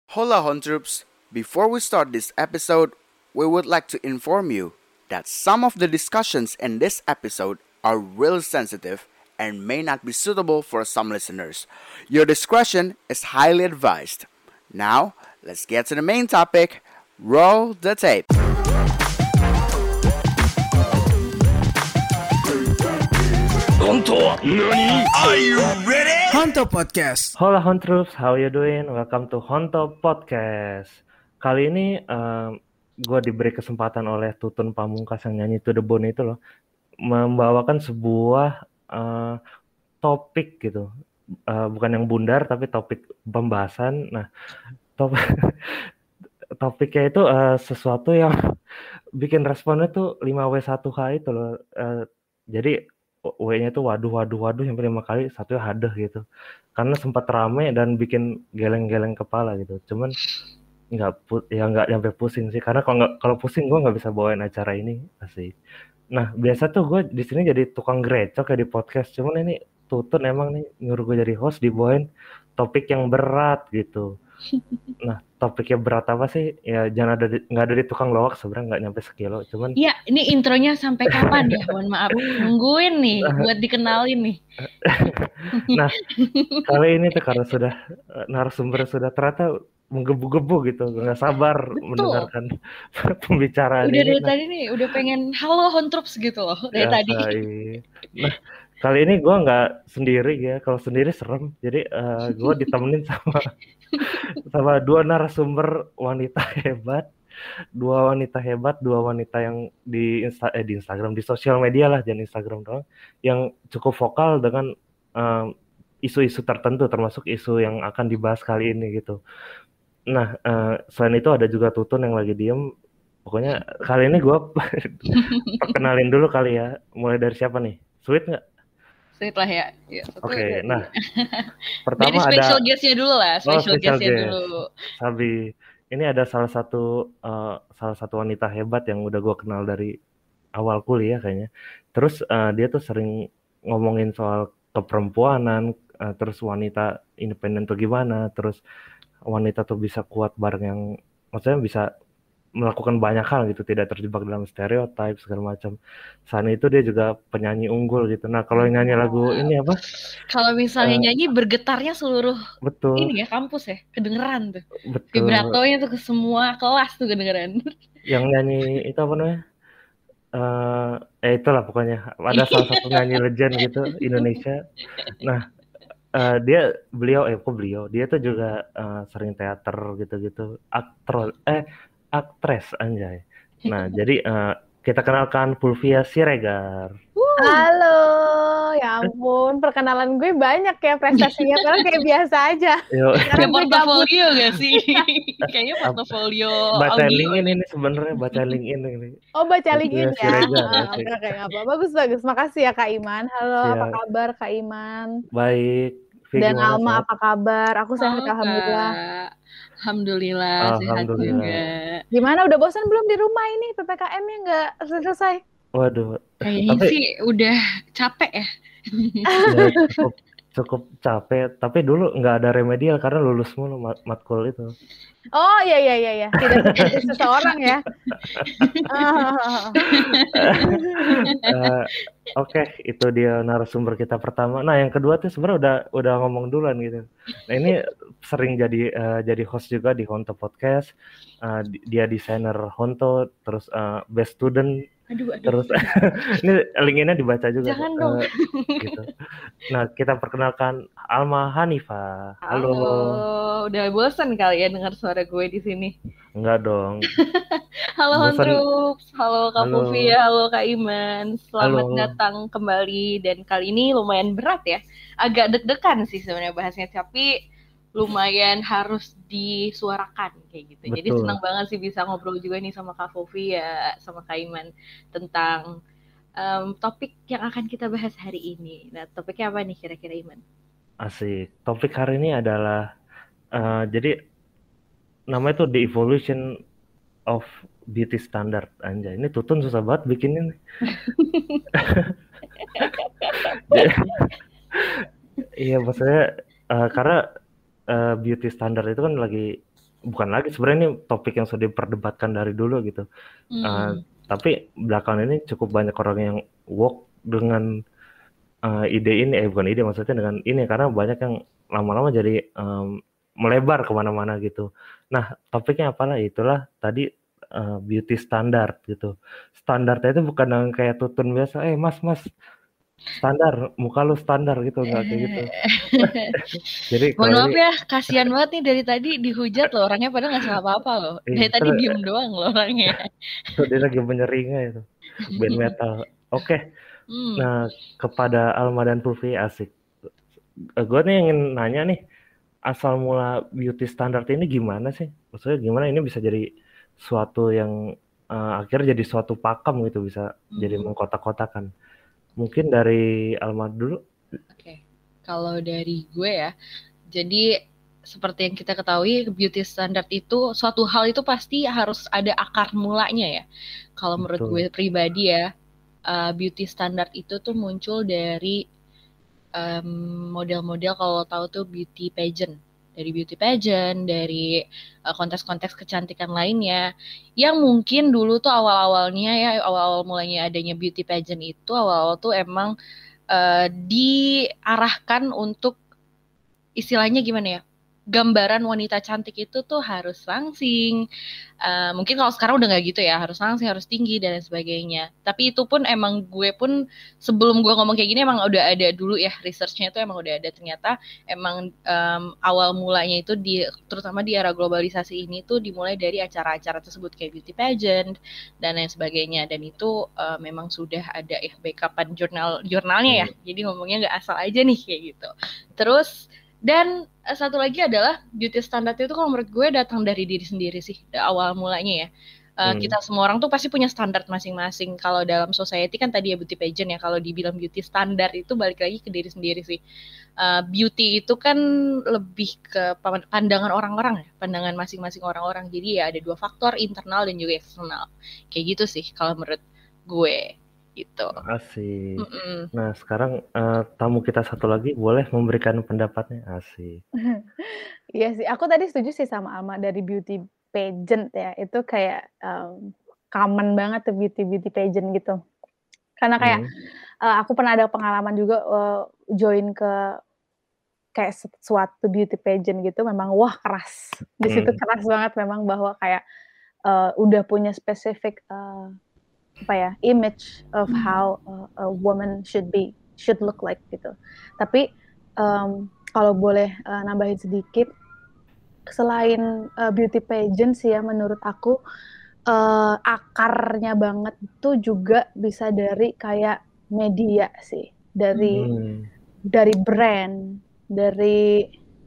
Hola Hon Troops! Before we start this episode, we would like to inform you that some of the discussions in this episode are really sensitive and may not be suitable for some listeners. Your discretion is highly advised. Now, let's get to the main topic. Roll the tape. Honto Podcast. Hola Hontroops, how you doing? Welcome to Honto Podcast. Kali ini gue diberi kesempatan oleh Tutun Pamungkas yang nyanyi To The Bone itu loh, membawakan sebuah topik gitu, bukan yang bundar tapi topik pembahasan. Nah, topiknya itu sesuatu yang bikin responnya tuh 5W1H itu loh. Jadi W-nya tuh waduh sampai 5 kali, satunya hadeh gitu. Karena sempat rame dan bikin geleng-geleng kepala gitu. Cuman nggak nyampe pusing sih. Karena kalau pusing gue nggak bisa bawain acara ini asik. Nah biasa tuh gue di sini jadi tukang grecok kayak di podcast. Cuman ini Tutun emang nih nyuruh gue jadi host, dibawain topik yang berat gitu. Nah topiknya berat apa sih? Ya jangan nggak ada di tukang loak, sebenarnya nggak nyampe sekilo. Cuman Iya, ini intronya sampai kapan ya? Mohon maaf, nungguin nih buat dikenalin nih. Nah kali ini tuh karena sudah narasumber sudah ternyata menggebu-gebu gitu, nggak sabar mendengarkan pembicaraan Udah ini. dari tadi nih, udah pengen halo Hontroops gitu loh dari Ya, tadi. Nah kali ini gue nggak sendiri ya, kalau sendiri serem. Jadi gue ditemenin sama dua narasumber wanita hebat, dua wanita yang di Instagram, di sosial media lah, jangan Instagram doang, yang cukup vokal dengan isu-isu tertentu, termasuk isu yang akan dibahas kali ini gitu. Nah selain itu ada juga Tutun yang lagi diem. Pokoknya kali ini gue perkenalin dulu kali ya. Mulai dari siapa nih? Sweet nggak? Sweet lah ya. Oke, nah Dari pertama ada special guest-nya dulu lah, special special guest-nya guest. dulu. Sabi. Ini ada salah satu wanita hebat yang udah gue kenal dari awal kuliah kayaknya. Terus dia tuh sering ngomongin soal keperempuanan, terus wanita independen tuh gimana, terus wanita tuh bisa kuat bareng yang, maksudnya bisa melakukan banyak hal gitu, tidak terjebak dalam stereotip segala macam. Selain itu dia juga penyanyi unggul gitu. Nah kalau yang nyanyi lagu ini apa? Kalau misalnya nyanyi bergetarnya seluruh Betul. ini ya kampus ya, kedengeran tuh. Betul. Vibratonya tuh ke semua kelas tuh kedengeran. Yang nyanyi itu apa namanya? Itulah pokoknya ada salah satu nyanyi legend gitu Indonesia. Nah dia tuh juga sering teater gitu-gitu, aktres anjay. Nah jadi kita kenalkan Fulvia Siregar. Halo, ya ampun, perkenalan gue banyak ya prestasinya, padahal kayak biasa aja. Kayak portofolio gak sih? Kayaknya portofolio baca audio. LinkedIn ini sebenarnya, baca LinkedIn ini. Oh, baca LinkedIn ya. Siregar, Oke, apa? Bagus. Makasih ya Kak Iman. Halo, apa kabar Kak Iman? Baik. Dan Alma apa kabar? Aku sehat alhamdulillah. Alhamdulillah sehat juga. Gimana, udah bosan belum di rumah ini? PPKM-nya nggak selesai? Waduh. Kayaknya sih udah capek ya. Cukup capek, tapi dulu nggak ada remedial karena lulus mulu matkul itu. Oh iya, tidak seperti seseorang ya. Oke, itu dia narasumber kita pertama. Nah yang kedua tuh sebenarnya udah ngomong duluan gitu. Nah ini sering jadi host juga di Honto Podcast. Dia desainer Honto, terus best student. Aduh. Terus ini linknya dibaca juga. Jangan dong. Gitu. Nah kita perkenalkan Alma Hanifa. Halo. Udah bosan kali ya dengar suara gue di sini. Enggak dong. Halo Hontroops, halo Kak Fulvia, halo Kak Iman. Selamat datang kembali, dan kali ini lumayan berat ya. Agak deg-degan sih sebenarnya bahasnya, tapi lumayan harus disuarakan kayak gitu. Betul. Jadi senang banget sih bisa ngobrol juga nih sama Kak Fulvia, sama Kak Iman tentang topik yang akan kita bahas hari ini. Nah, topiknya apa nih kira-kira Iman? Asik. Topik hari ini adalah jadi namanya tuh The Evolution of Beauty Standard. Anjay, ini Tutun susah banget bikinnya. Iya, maksudnya karena beauty standard itu kan lagi bukan lagi sebenarnya ini topik yang sudah diperdebatkan dari dulu gitu. Tapi belakangan ini cukup banyak orang yang woke dengan ide ini, bukan ide maksudnya dengan ini, karena banyak yang lama-lama jadi melebar kemana-mana gitu. Nah topiknya apalah itulah tadi beauty standard gitu. Standarnya itu bukan yang kayak tutun biasa, mas standar, muka lu standar gitu, enggak kayak gitu. Jadi mohon maaf ya, kasihan banget nih dari tadi dihujat loh orangnya, padahal nggak salah apa-apa loh. Dari tadi diem doang loh orangnya. Dia lagi menyeringai itu, band metal. Oke. Nah, kepada Alma dan Pufi, asik. Gue nih ingin nanya nih, asal mula beauty standard ini gimana sih? Maksudnya gimana ini bisa jadi suatu yang akhirnya jadi suatu pakem gitu, bisa jadi mengkotak-kotakan. Mungkin dari Alma dulu. Oke. Kalau dari gue ya, jadi seperti yang kita ketahui, beauty standard itu suatu hal itu pasti harus ada akar mulanya ya. Kalau menurut gue pribadi ya, beauty standard itu tuh muncul dari model-model, kalau tahu tuh beauty pageant. Dari kontes-kontes kecantikan lainnya, yang mungkin dulu tuh awal-awal mulanya adanya beauty pageant itu, awal-awal tuh emang diarahkan untuk istilahnya gimana ya, gambaran wanita cantik itu tuh harus langsing. Mungkin kalau sekarang udah nggak gitu ya, harus langsing, harus tinggi dan lain sebagainya. Tapi itu pun emang gue pun sebelum gue ngomong kayak gini emang udah ada dulu ya, researchnya itu emang udah ada. Ternyata emang awal mulanya itu terutama di era globalisasi ini tuh dimulai dari acara-acara tersebut kayak beauty pageant dan lain sebagainya. Dan itu memang sudah ada backupan jurnalnya ya. Jadi ngomongnya nggak asal aja nih kayak gitu. Terus dan satu lagi adalah beauty standard itu kalau menurut gue datang dari diri sendiri sih, awal mulanya ya. Kita semua orang tuh pasti punya standar masing-masing. Kalau dalam society kan tadi ya beauty pageant ya, kalau dibilang beauty standard itu balik lagi ke diri sendiri sih. Beauty itu kan lebih ke pandangan orang-orang ya, pandangan masing-masing orang-orang. Jadi ya ada dua faktor, internal dan juga eksternal. Kayak gitu sih kalau menurut gue. Gitu. Asik. Nah sekarang tamu kita satu lagi boleh memberikan pendapatnya. Asik. Iya sih, aku tadi setuju sih sama Alma dari beauty pageant ya, itu kayak common banget tuh beauty pageant gitu. Karena kayak aku pernah ada pengalaman juga join ke kayak suatu beauty pageant gitu, memang wah keras. Di situ keras banget memang, bahwa kayak udah punya spesifik image of how a woman should look like gitu. Tapi kalau boleh nambahin sedikit, selain beauty pageant sih ya, menurut aku akarnya banget itu juga bisa dari kayak media sih, dari brand, dari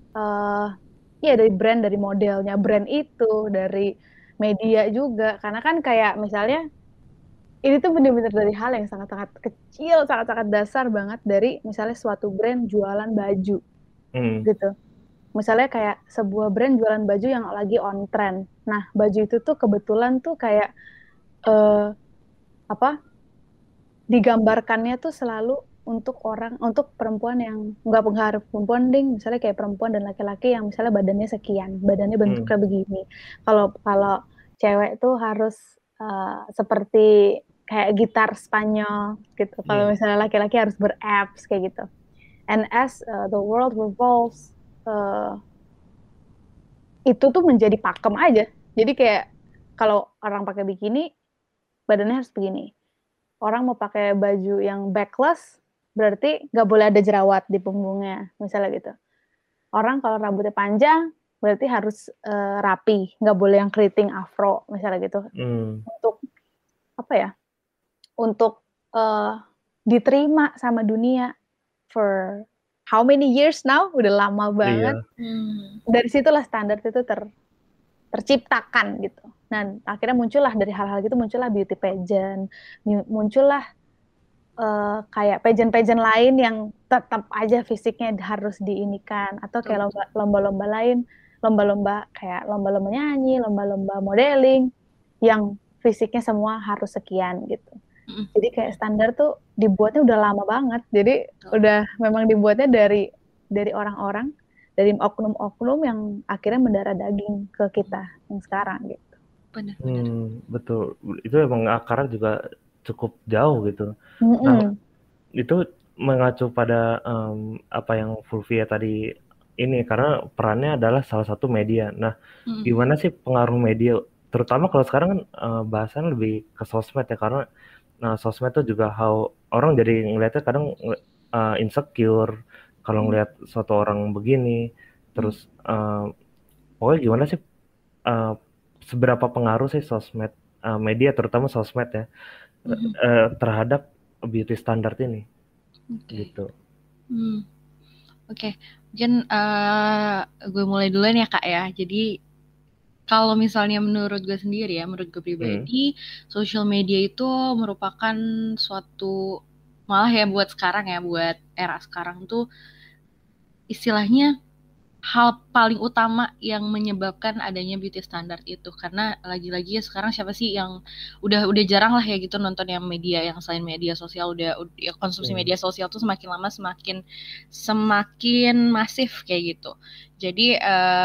brand, dari modelnya brand itu, dari media juga. Karena kan kayak misalnya ini tuh benar-benar dari hal yang sangat-sangat kecil, sangat-sangat dasar banget, dari misalnya suatu brand jualan baju gitu. Misalnya kayak sebuah brand jualan baju yang lagi on trend. Nah, baju itu tuh kebetulan tuh kayak digambarkannya tuh selalu untuk perempuan yang nggak harus perempuan ding, misalnya kayak perempuan dan laki-laki yang misalnya badannya sekian, badannya bentuknya begini. Kalau cewek tuh harus seperti kayak gitar Spanyol gitu. Kalau misalnya laki-laki harus ber-abs kayak gitu. And as the world revolves, itu tuh menjadi pakem aja. Jadi kayak kalau orang pakai bikini, badannya harus begini. Orang mau pakai baju yang backless, berarti nggak boleh ada jerawat di punggungnya, misalnya gitu. Orang kalau rambutnya panjang, berarti harus rapi, nggak boleh yang keriting afro, misalnya gitu. Untuk untuk diterima sama dunia for how many years now, udah lama banget. Dari situlah standar itu terciptakan gitu. Nah, akhirnya muncullah dari hal-hal gitu, muncullah beauty pageant, muncullah kayak pageant lain yang tetap aja fisiknya harus diinikan, atau kayak lomba-lomba lain, lomba-lomba nyanyi, lomba-lomba modeling yang fisiknya semua harus sekian gitu. Jadi kayak standar tuh dibuatnya udah lama banget. Jadi udah memang dibuatnya dari orang-orang dari oknum-oknum yang akhirnya mendarah daging ke kita yang sekarang gitu. Benar. Betul. Itu emang akarnya juga cukup jauh gitu. Nah, itu mengacu pada apa yang Fulvia tadi ini, karena perannya adalah salah satu media. Nah, gimana sih pengaruh media? Terutama kalau sekarang kan bahasan lebih ke sosmed ya, karena sosmed tuh juga orang jadi ngeliatnya kadang insecure kalau ngeliat suatu orang begini. Terus pokoknya gimana sih seberapa pengaruh sih sosmed, media terutama sosmed ya, terhadap beauty standard ini, gitu. Oke. Mungkin gue mulai duluan ya Kak ya. Jadi kalau misalnya menurut gue sendiri ya, menurut gue pribadi, social media itu merupakan suatu, malah ya buat sekarang ya, buat era sekarang tuh istilahnya hal paling utama yang menyebabkan adanya beauty standard itu. Karena lagi-lagi ya sekarang siapa sih yang udah jarang lah ya gitu nonton yang media yang selain media sosial, udah ya konsumsi media sosial tuh semakin lama semakin masif kayak gitu. Jadi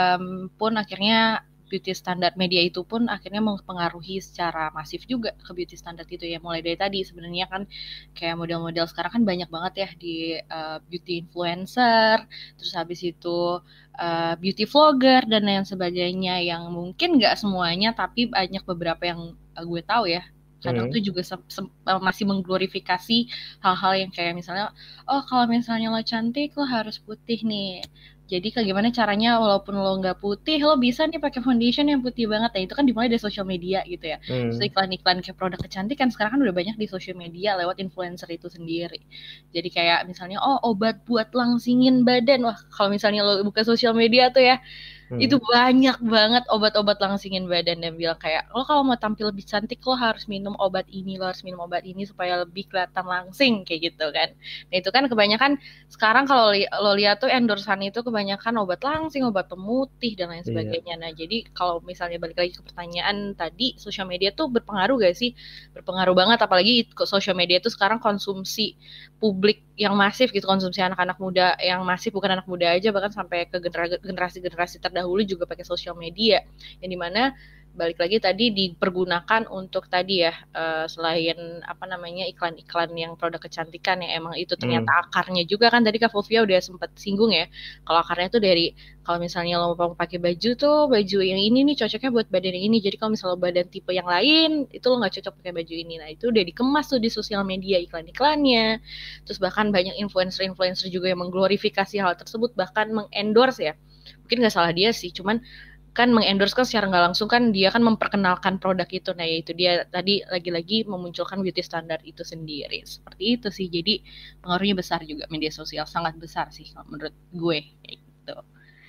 pun akhirnya beauty standard media itu pun akhirnya mempengaruhi secara masif juga ke beauty standard itu ya. Mulai dari tadi sebenarnya kan kayak model-model sekarang kan banyak banget ya di beauty influencer, terus habis itu beauty vlogger dan lain sebagainya yang mungkin nggak semuanya tapi banyak beberapa yang gue tahu ya kadang tuh juga masih mengglorifikasi hal-hal yang kayak misalnya kalau misalnya lo cantik lo harus putih nih, jadi bagaimana caranya walaupun lo nggak putih lo bisa nih pakai foundation yang putih banget. Nah itu kan dimulai dari social media gitu ya. Terus iklan-iklan kayak produk kecantikan sekarang kan udah banyak di social media lewat influencer itu sendiri. Jadi kayak misalnya obat buat langsingin badan. Wah kalau misalnya lo buka social media tuh ya itu banyak banget obat-obat langsingin badan dan bilang kayak lo kalau mau tampil lebih cantik lo harus minum obat ini, lo harus minum obat ini supaya lebih kelihatan langsing kayak gitu kan. Nah itu kan kebanyakan sekarang kalau lo lihat tuh endorsan itu kebanyakan obat langsing, obat pemutih dan lain sebagainya. Nah jadi kalau misalnya balik lagi ke pertanyaan tadi, social media tuh berpengaruh gak sih? Berpengaruh banget, apalagi social media itu sekarang konsumsi publik yang masif gitu, konsumsi anak-anak muda yang masif, bukan anak muda aja bahkan sampai ke generasi-generasi terdahulu juga pakai sosial media, yang dimana balik lagi tadi dipergunakan untuk tadi ya selain iklan-iklan yang produk kecantikan yang emang itu ternyata akarnya juga kan tadi Kak Fulvia udah sempat singgung ya, kalau akarnya tuh dari kalau misalnya lo mau pakai baju tuh baju yang ini nih cocoknya buat badan yang ini, jadi kalau misalnya badan tipe yang lain itu lo nggak cocok pakai baju ini. Nah itu udah dikemas tuh di sosial media iklan-iklannya, terus bahkan banyak influencer juga yang mengglorifikasi hal tersebut, bahkan mengendorse ya, mungkin nggak salah dia sih, cuman kan mengendorse kan secara nggak langsung kan dia kan memperkenalkan produk itu. Nah yaitu dia tadi lagi-lagi memunculkan beauty standard itu sendiri, seperti itu sih. Jadi pengaruhnya besar juga media sosial, sangat besar sih menurut gue kayak gitu.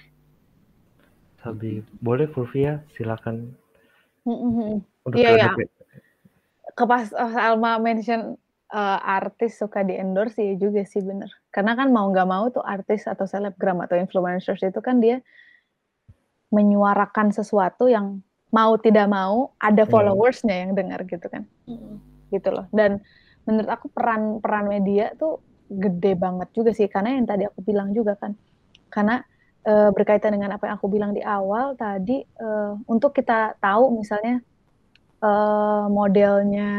Sabi, boleh Fulvia silakan. Iya. Pas Alma mention artis suka di endorse ya juga sih bener. Karena kan mau nggak mau tuh artis atau selebgram atau influencers itu kan dia menyuarakan sesuatu yang mau tidak mau ada followersnya yang dengar gitu kan, gitu loh. Dan menurut aku peran media tuh gede banget juga sih, karena yang tadi aku bilang juga kan, karena berkaitan dengan apa yang aku bilang di awal tadi, untuk kita tahu misalnya modelnya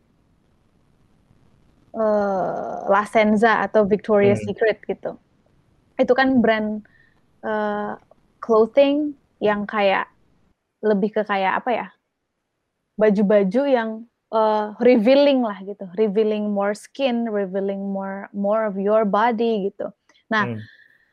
La Senza atau Victoria's Secret gitu, itu kan brand clothing yang kayak lebih ke kayak apa ya, baju-baju yang revealing lah gitu, revealing more skin, revealing more of your body gitu. Nah,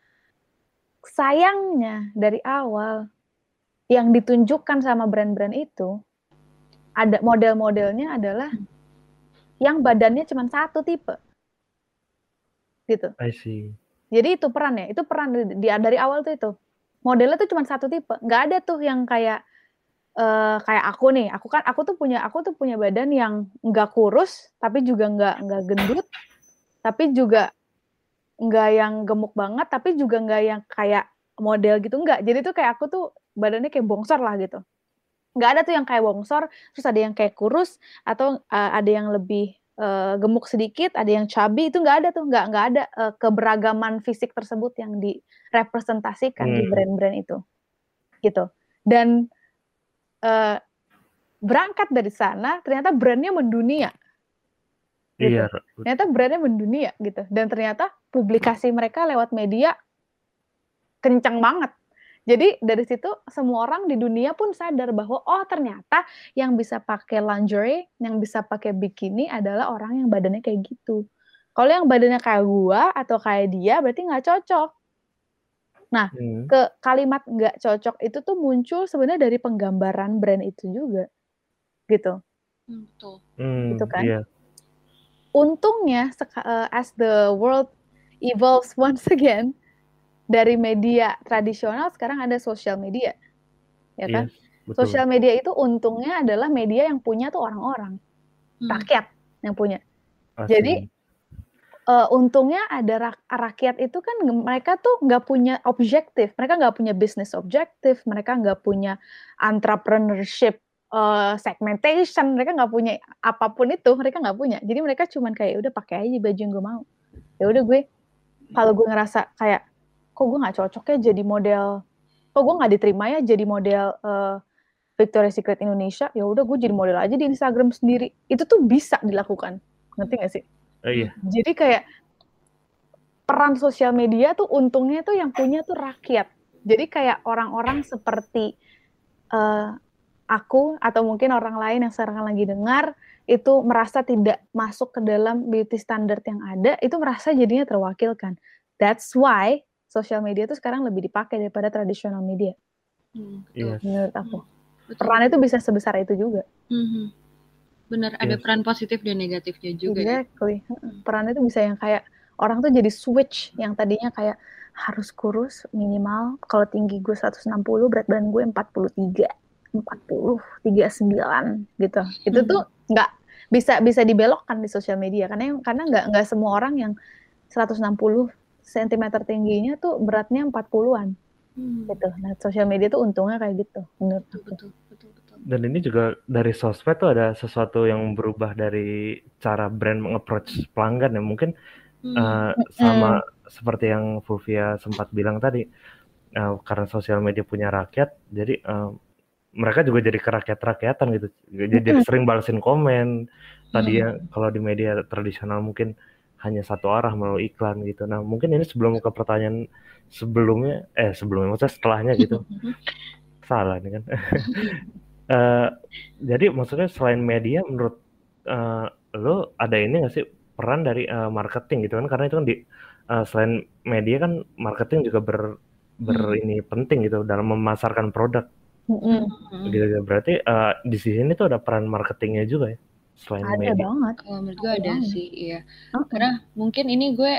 sayangnya dari awal yang ditunjukkan sama brand-brand itu ada model-modelnya adalah yang badannya cuma satu tipe, gitu. I see. Jadi itu perannya, itu peran dari awal tuh itu modelnya tuh cuma satu tipe, nggak ada tuh yang kayak aku nih, aku tuh punya badan yang nggak kurus, tapi juga nggak gendut, tapi juga nggak yang gemuk banget, tapi juga nggak yang kayak model gitu, nggak. Jadi tuh kayak aku tuh badannya kayak bongsor lah gitu. Nggak ada tuh yang kayak bongsor, terus ada yang kayak kurus, atau ada yang lebih gemuk sedikit, ada yang chubby, itu nggak ada tuh, nggak ada keberagaman fisik tersebut yang direpresentasikan di brand-brand itu, gitu. Dan berangkat dari sana, ternyata brandnya mendunia. Gitu. Iya. Ternyata brandnya mendunia gitu. Dan ternyata publikasi mereka lewat media kencang banget. Jadi dari situ semua orang di dunia pun sadar bahwa oh ternyata yang bisa pakai lingerie, yang bisa pakai bikini adalah orang yang badannya kayak gitu. Kalau yang badannya kayak gua atau kayak dia berarti nggak cocok. Nah, ke kalimat nggak cocok itu tuh muncul sebenarnya dari penggambaran brand itu juga, gitu. Gitu kan? Iya. Untungnya as the world evolves once again, dari media tradisional sekarang ada sosial media, ya kan? Sosial media itu untungnya adalah media yang punya tuh orang-orang, rakyat yang punya. Jadi untungnya ada rakyat itu kan mereka tuh nggak punya objektif, mereka nggak punya business objektif, mereka nggak punya entrepreneurship segmentation, mereka nggak punya apapun itu, mereka nggak punya. Jadi mereka cuman kayak udah pakai aja baju yang gue mau. Ya udah gue, kalau gue ngerasa kayak kok gue nggak cocok ya jadi model, kok gue nggak diterima ya jadi model Victoria's Secret Indonesia, ya udah gue jadi model aja di Instagram sendiri. Itu tuh bisa dilakukan, ngerti nggak sih? Iya. Jadi kayak peran sosial media tuh untungnya tuh yang punya tuh rakyat. Jadi kayak orang-orang seperti aku atau mungkin orang lain yang sekarang lagi dengar itu merasa tidak masuk ke dalam beauty standard yang ada, itu merasa jadinya terwakilkan. That's why sosial media itu sekarang lebih dipakai daripada tradisional media. Menurut aku. Peran itu bisa sebesar itu juga. Benar, ada peran positif dan negatifnya juga. Exactly. Peran itu bisa yang kayak orang tuh jadi switch yang tadinya kayak harus kurus minimal, kalau tinggi gue 160, berat badan gue 39 gitu. Itu tuh nggak bisa dibelokkan di sosial media karena nggak semua orang yang 160 cm tingginya tuh beratnya 40-an. Gitu. Nah, sosial media tuh untungnya kayak gitu menurut aku. Betul. Dan ini juga dari sosmed tuh ada sesuatu yang berubah dari cara brand meng-approach pelanggan ya, mungkin sama seperti yang Fulvia sempat bilang tadi, karena sosial media punya rakyat, jadi mereka juga jadi kerakyat-rakyatan gitu, jadi sering balesin komen. Tadinya kalau di media tradisional mungkin hanya satu arah melalui iklan gitu. Nah mungkin ini sebelum ke pertanyaan sebelumnya maksudnya setelahnya gitu. Salah ini kan. Jadi maksudnya selain media menurut lo ada ini nggak sih peran dari marketing gitu kan, karena itu kan selain media kan marketing juga ini penting gitu dalam memasarkan produk. Gitu. Berarti di sini tuh ada peran marketingnya juga ya selain ada media. Banget. Kalau menurut gue ada sih, iya. Karena mungkin ini gue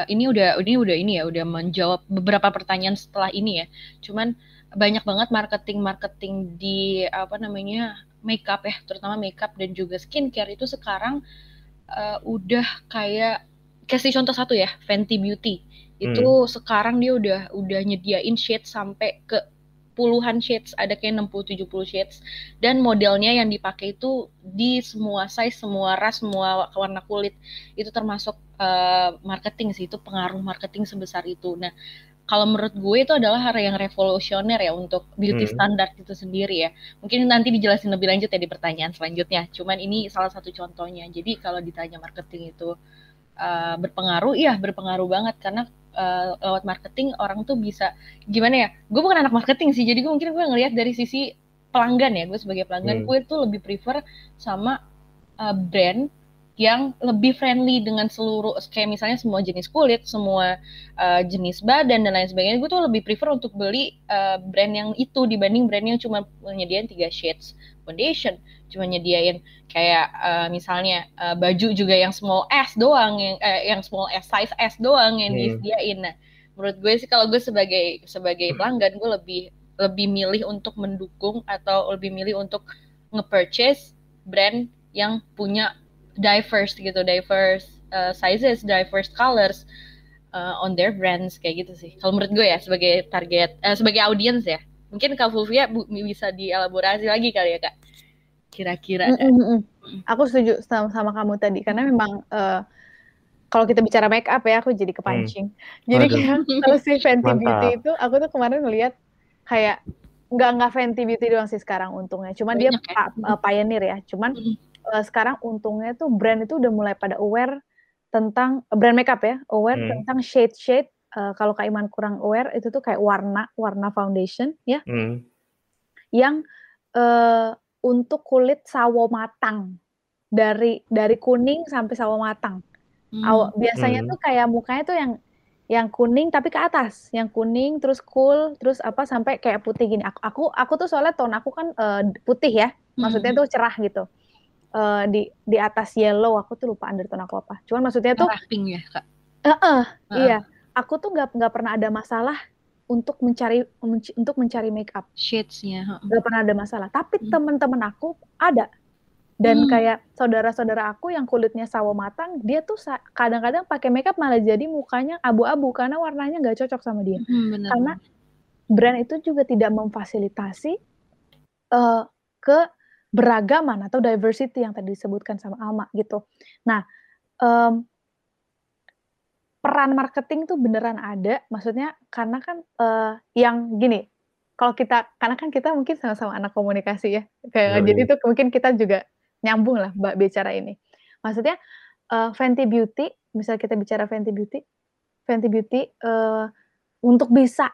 udah menjawab beberapa pertanyaan setelah ini ya. Cuman banyak banget marketing di makeup ya, terutama makeup dan juga skincare itu sekarang udah kayak kasih contoh satu ya, Fenty Beauty. Itu sekarang dia udah nyediain shade sampai ke puluhan shades, ada kayak 60-70 shades, dan modelnya yang dipakai itu di semua size, semua ras, semua warna kulit. Itu termasuk marketing sih, itu pengaruh marketing sebesar itu. Nah, kalau menurut gue itu adalah hal yang revolusioner ya untuk beauty standard itu sendiri ya. Mungkin nanti dijelasin lebih lanjut ya di pertanyaan selanjutnya. Cuman ini salah satu contohnya. Jadi kalau ditanya marketing itu berpengaruh, iya berpengaruh banget karena lewat marketing orang tuh bisa gimana ya? Gue bukan anak marketing sih, jadi gue ngelihat dari sisi pelanggan ya. Gue sebagai pelanggan, gue tuh lebih prefer sama brand yang lebih friendly dengan seluruh, kayak misalnya semua jenis kulit, semua jenis badan dan lain sebagainya. Gue tuh lebih prefer untuk beli brand yang itu dibanding brand yang cuma menyediain 3 shades foundation, cuma nyediain kayak misalnya baju juga yang small S doang, yang small S size S doang yang disediain. Nah, menurut gue sih kalau gue sebagai pelanggan, gue lebih milih untuk mendukung atau lebih milih untuk nge-purchase brand yang punya diverse sizes, diverse colors on their brands kayak gitu sih. Kalau menurut gue ya sebagai target, sebagai audience ya. Mungkin Kak Fulvia bisa dielaborasi lagi kali ya Kak. kira-kira. Aku setuju sama kamu tadi karena memang kalau kita bicara make up ya, aku jadi kepancing. Jadi kayak kalau si Fenty Beauty itu, aku tuh kemarin ngeliat kayak nggak Fenty Beauty doang sih sekarang untungnya. Cuman banyak dia pioneer ya. Cuman sekarang untungnya tuh brand itu udah mulai pada aware tentang brand makeup ya, aware tentang shade. Kalau Kak Iman kurang aware itu tuh kayak warna foundation ya, yang untuk kulit sawo matang dari kuning sampai sawo matang. Biasanya tuh kayak mukanya tuh yang kuning tapi ke atas, yang kuning terus cool terus apa sampai kayak putih gini. Aku tuh soalnya tone aku kan putih ya, maksudnya tuh cerah gitu. Di atas yellow, aku tuh lupa undertone aku apa. Cuman maksudnya tuh pink ya Kak. Iya, aku tuh nggak pernah ada masalah untuk mencari make up shades-nya. Nggak pernah ada masalah. Tapi teman-teman aku ada. Dan kayak saudara-saudara aku yang kulitnya sawo matang, dia tuh kadang-kadang pakai makeup malah jadi mukanya abu-abu karena warnanya nggak cocok sama dia. Karena brand itu juga tidak memfasilitasi keberagaman atau diversity yang tadi disebutkan sama Alma gitu. Nah, peran marketing tuh beneran ada, maksudnya karena kan yang gini, karena kan kita mungkin sama-sama anak komunikasi ya, kayak jadi tuh mungkin kita juga nyambung lah bicara ini. Maksudnya Fenty Beauty, misal kita bicara Fenty Beauty untuk bisa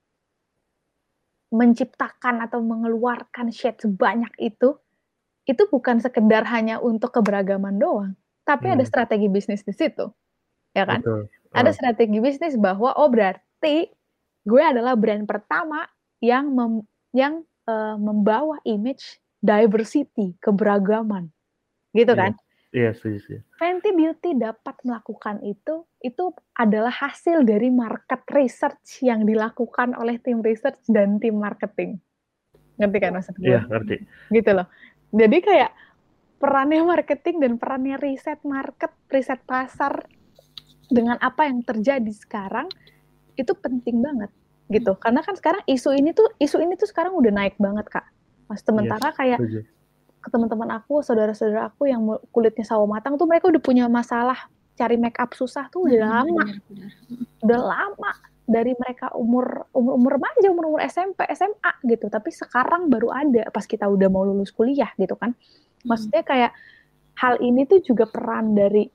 menciptakan atau mengeluarkan shade sebanyak itu bukan sekedar hanya untuk keberagaman doang, tapi ada strategi bisnis di situ, ya kan? Ada strategi bisnis bahwa berarti gue adalah brand pertama yang membawa image diversity, keberagaman, gitu kan? Iya, setuju. Fenty Beauty dapat melakukan itu adalah hasil dari market research yang dilakukan oleh tim research dan tim marketing. Ngerti kan maksud gue? Iya, ngerti. Gitu loh. Jadi kayak perannya marketing dan perannya riset market, riset pasar dengan apa yang terjadi sekarang itu penting banget gitu. Karena kan sekarang isu ini tuh sekarang udah naik banget, Kak. Sementara kayak ke teman-teman aku, saudara-saudara aku yang kulitnya sawo matang tuh mereka udah punya masalah cari make up susah tuh udah lama. Udah lama dari mereka umur remaja, umur SMP, SMA gitu. Tapi sekarang baru ada pas kita udah mau lulus kuliah gitu kan. Maksudnya kayak hal ini tuh juga peran dari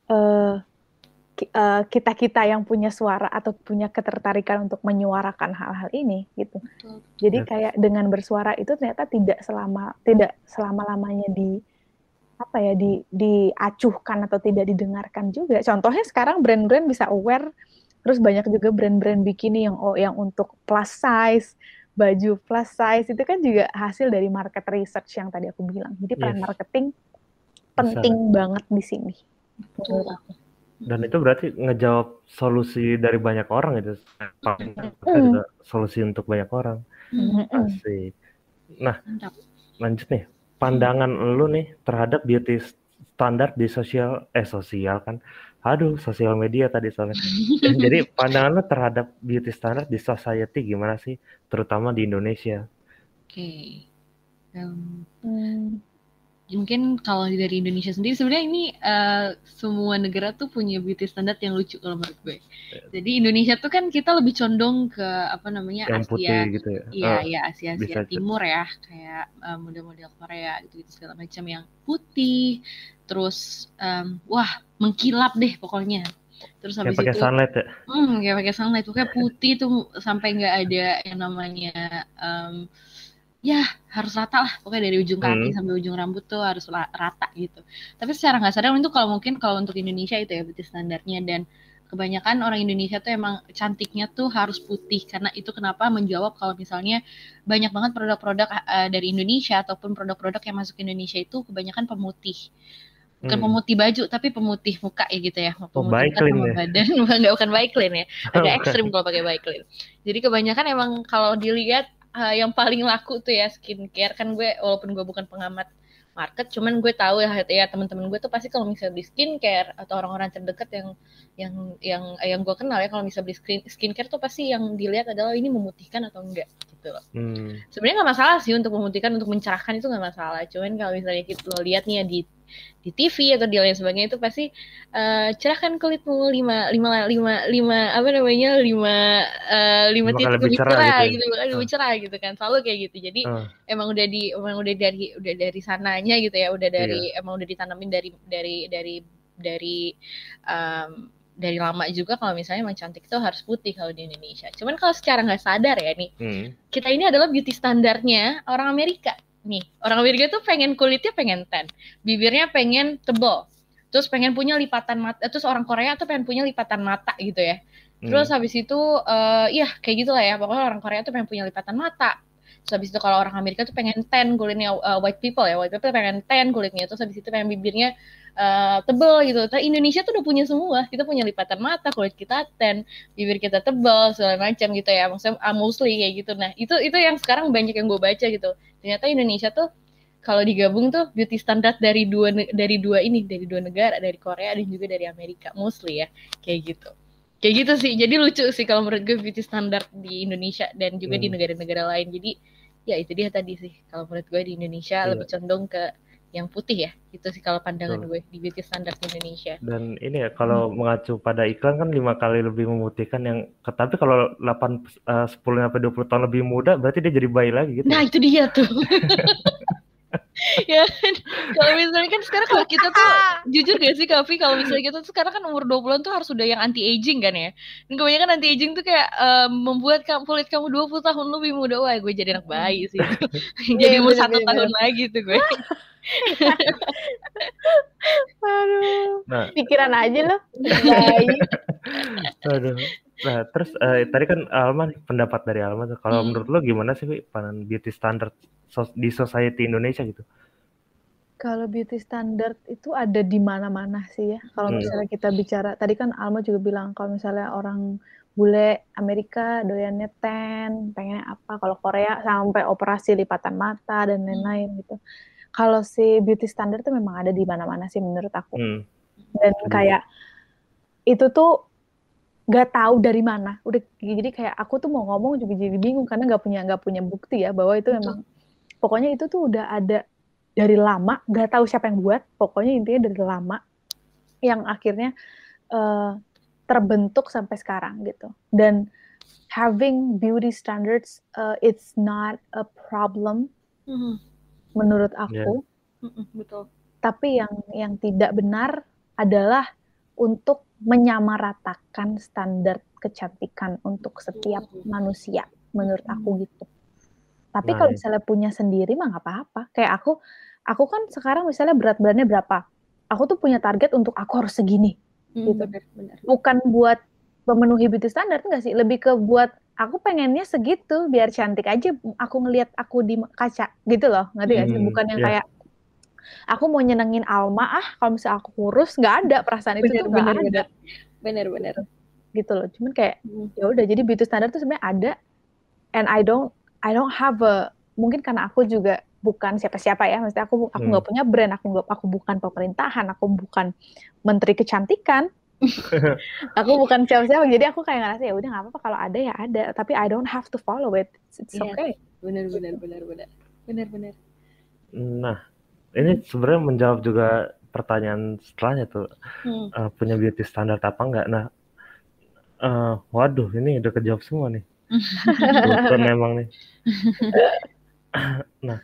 kita yang punya suara atau punya ketertarikan untuk menyuarakan hal-hal ini gitu. Jadi kayak dengan bersuara itu ternyata tidak selama-lamanya diacuhkan atau tidak didengarkan juga. Contohnya sekarang brand-brand bisa aware, terus banyak juga brand-brand bikini yang untuk plus size, baju plus size itu kan juga hasil dari market research yang tadi aku bilang. Jadi peran marketing penting banget di sini menurut aku. Dan itu berarti ngejawab solusi dari banyak orang itu. Juga solusi untuk banyak orang. Asik. Nah, lanjut nih. Pandangan lu nih terhadap beauty standar di sosial kan. Sosial media tadi soalnya. Jadi pandangan lu terhadap beauty standar di society gimana sih? Terutama di Indonesia. Oke. Mungkin kalau dari Indonesia sendiri sebenarnya ini semua negara tuh punya beauty standard yang lucu kalau menurut gue. Jadi Indonesia tuh kan kita lebih condong ke yang Asia putih gitu ya. Iya, Asia Timur ya, kayak model-model Korea gitu segala macam yang putih, terus mengkilap deh pokoknya. Terus habis pakai sunlight ya. Kayak pakai sunlight, pokoknya putih tuh sampai nggak ada yang namanya harus rata lah, pokoknya dari ujung kaki sampai ujung rambut tuh harus rata gitu. Tapi secara nggak sadar itu kalau untuk Indonesia itu ya beauty standarnya, dan kebanyakan orang Indonesia tuh emang cantiknya tuh harus putih, karena itu kenapa menjawab kalau misalnya banyak banget produk-produk dari Indonesia ataupun produk-produk yang masuk ke Indonesia itu kebanyakan pemutih. Bukan pemutih baju, tapi pemutih muka ya gitu ya. Pemutih muka sama badan. Bukan Baiklin ya. Agak ekstrim kalau pakai Baiklin. Jadi kebanyakan emang kalau dilihat yang paling laku tuh ya skincare. Kan gue walaupun gue bukan pengamat market. Cuman gue tahu ya teman-teman gue tuh pasti kalau misalnya beli skincare atau orang-orang terdekat yang gue kenal ya, kalau misalnya beli skincare tuh pasti yang dilihat adalah ini memutihkan atau enggak gitu loh. Sebenarnya nggak masalah sih untuk memutihkan, untuk mencerahkan itu nggak masalah. Cuman kalau misalnya kita lihat nih ya di TV atau di lain sebagainya itu pasti cerahkan kulitmu 5 titik lebih cerah gitu kan, lebih cerah gitu kan, selalu kayak gitu. Jadi emang udah dari sananya gitu ya, emang udah ditanamin dari lama juga kalau misalnya emang cantik itu harus putih kalau di Indonesia. Cuman kalau secara nggak sadar ya nih, kita ini adalah beauty standarnya orang Amerika. Nih, orang Amerika tuh pengen kulitnya pengen tan, bibirnya pengen tebal, terus pengen punya lipatan mata, terus orang Korea tuh pengen punya lipatan mata gitu ya. Terus habis itu, ya kayak gitulah ya, pokoknya orang Korea tuh pengen punya lipatan mata. Terus habis itu kalau orang Amerika tuh pengen tan kulitnya, white people pengen tan kulitnya, terus habis itu pengen bibirnya tebal gitu. Tapi Indonesia tuh udah punya semua, kita punya lipatan mata, kulit kita tan, bibir kita tebal, segala macam gitu ya, maksudnya mostly kayak gitu. Nah itu yang sekarang banyak yang gue baca gitu. Ternyata Indonesia tuh kalau digabung tuh beauty standar dari dua negara, dari Korea dan juga dari Amerika mostly ya, kayak gitu sih. Jadi lucu sih kalau menurut gue beauty standar di Indonesia dan juga di negara-negara lain. Jadi ya itu dia tadi sih, kalau menurut gue di Indonesia lebih condong ke yang putih ya, itu sih kalau pandangan gue di beauty standar di Indonesia. Dan ini ya kalau mengacu pada iklan kan 5 kali lebih memutihkan yang, tapi kalau 10 sampai 20 tahun lebih muda berarti dia jadi bayi lagi gitu. Nah itu dia tuh. Ya kan, kalau misalnya kan sekarang kalau kita tuh jujur gak sih Kavi, kalau misalnya kita tuh sekarang kan umur 20-an tuh harus udah yang anti aging kan ya. Dan kebanyakan anti aging tuh kayak membuat kulit kamu 20 tahun lebih muda. Wah gue jadi anak bayi sih. Jadi umur 1 tahun lagi tuh gue. Aduh, pikiran aja loh, bayi. Aduh. Nah terus tadi kan Alma, pendapat dari Alma tuh, kalau menurut lo gimana sih pandangan beauty standard di society Indonesia gitu? Kalau beauty standard itu ada di mana-mana sih ya. Kalau misalnya kita bicara, tadi kan Alma juga bilang kalau misalnya orang bule Amerika doyannya tan, pengennya apa, kalau Korea sampai operasi lipatan mata dan lain-lain gitu. Kalau si beauty standard itu memang ada di mana-mana sih menurut aku. Dan kayak itu tuh gak tahu dari mana. Udah jadi kayak aku tuh mau ngomong juga jadi bingung karena gak punya bukti ya bahwa itu memang pokoknya itu tuh udah ada dari lama, gak tahu siapa yang buat. Pokoknya intinya dari lama yang akhirnya terbentuk sampai sekarang gitu. Dan having beauty standards it's not a problem. Menurut aku, betul. Tapi yang tidak benar adalah untuk menyamaratakan standar kecantikan untuk setiap manusia, menurut aku gitu. Tapi kalau misalnya punya sendiri mah nggak apa-apa. Kayak aku kan sekarang misalnya berat badannya berapa, aku tuh punya target untuk aku harus segini, gitu. Benar. Bukan buat memenuhi beauty standar, enggak sih, lebih ke buat aku pengennya segitu biar cantik aja aku ngelihat aku di kaca gitu loh, ngerti gak sih? Bukan yang kayak aku mau nyenengin Alma kalau misalnya aku kurus, nggak ada perasaan itu tuh nggak ada. Bener gitu loh. Cuman kayak ya udah, jadi beauty standar tuh sebenarnya ada, and I don't have mungkin karena aku juga bukan siapa-siapa ya, maksudnya aku nggak punya brand, aku bukan pemerintahan, aku bukan menteri kecantikan. Aku bukan siapa-siapa, jadi aku kayak ngerasa ya udah nggak apa-apa, kalau ada ya ada, tapi I don't have to follow it. It's okay. Benar. Nah, ini sebenarnya menjawab juga pertanyaan setelahnya tuh, punya beauty standard apa enggak. Nah, waduh, ini udah kejawab semua nih. Betul memang nih. Nah,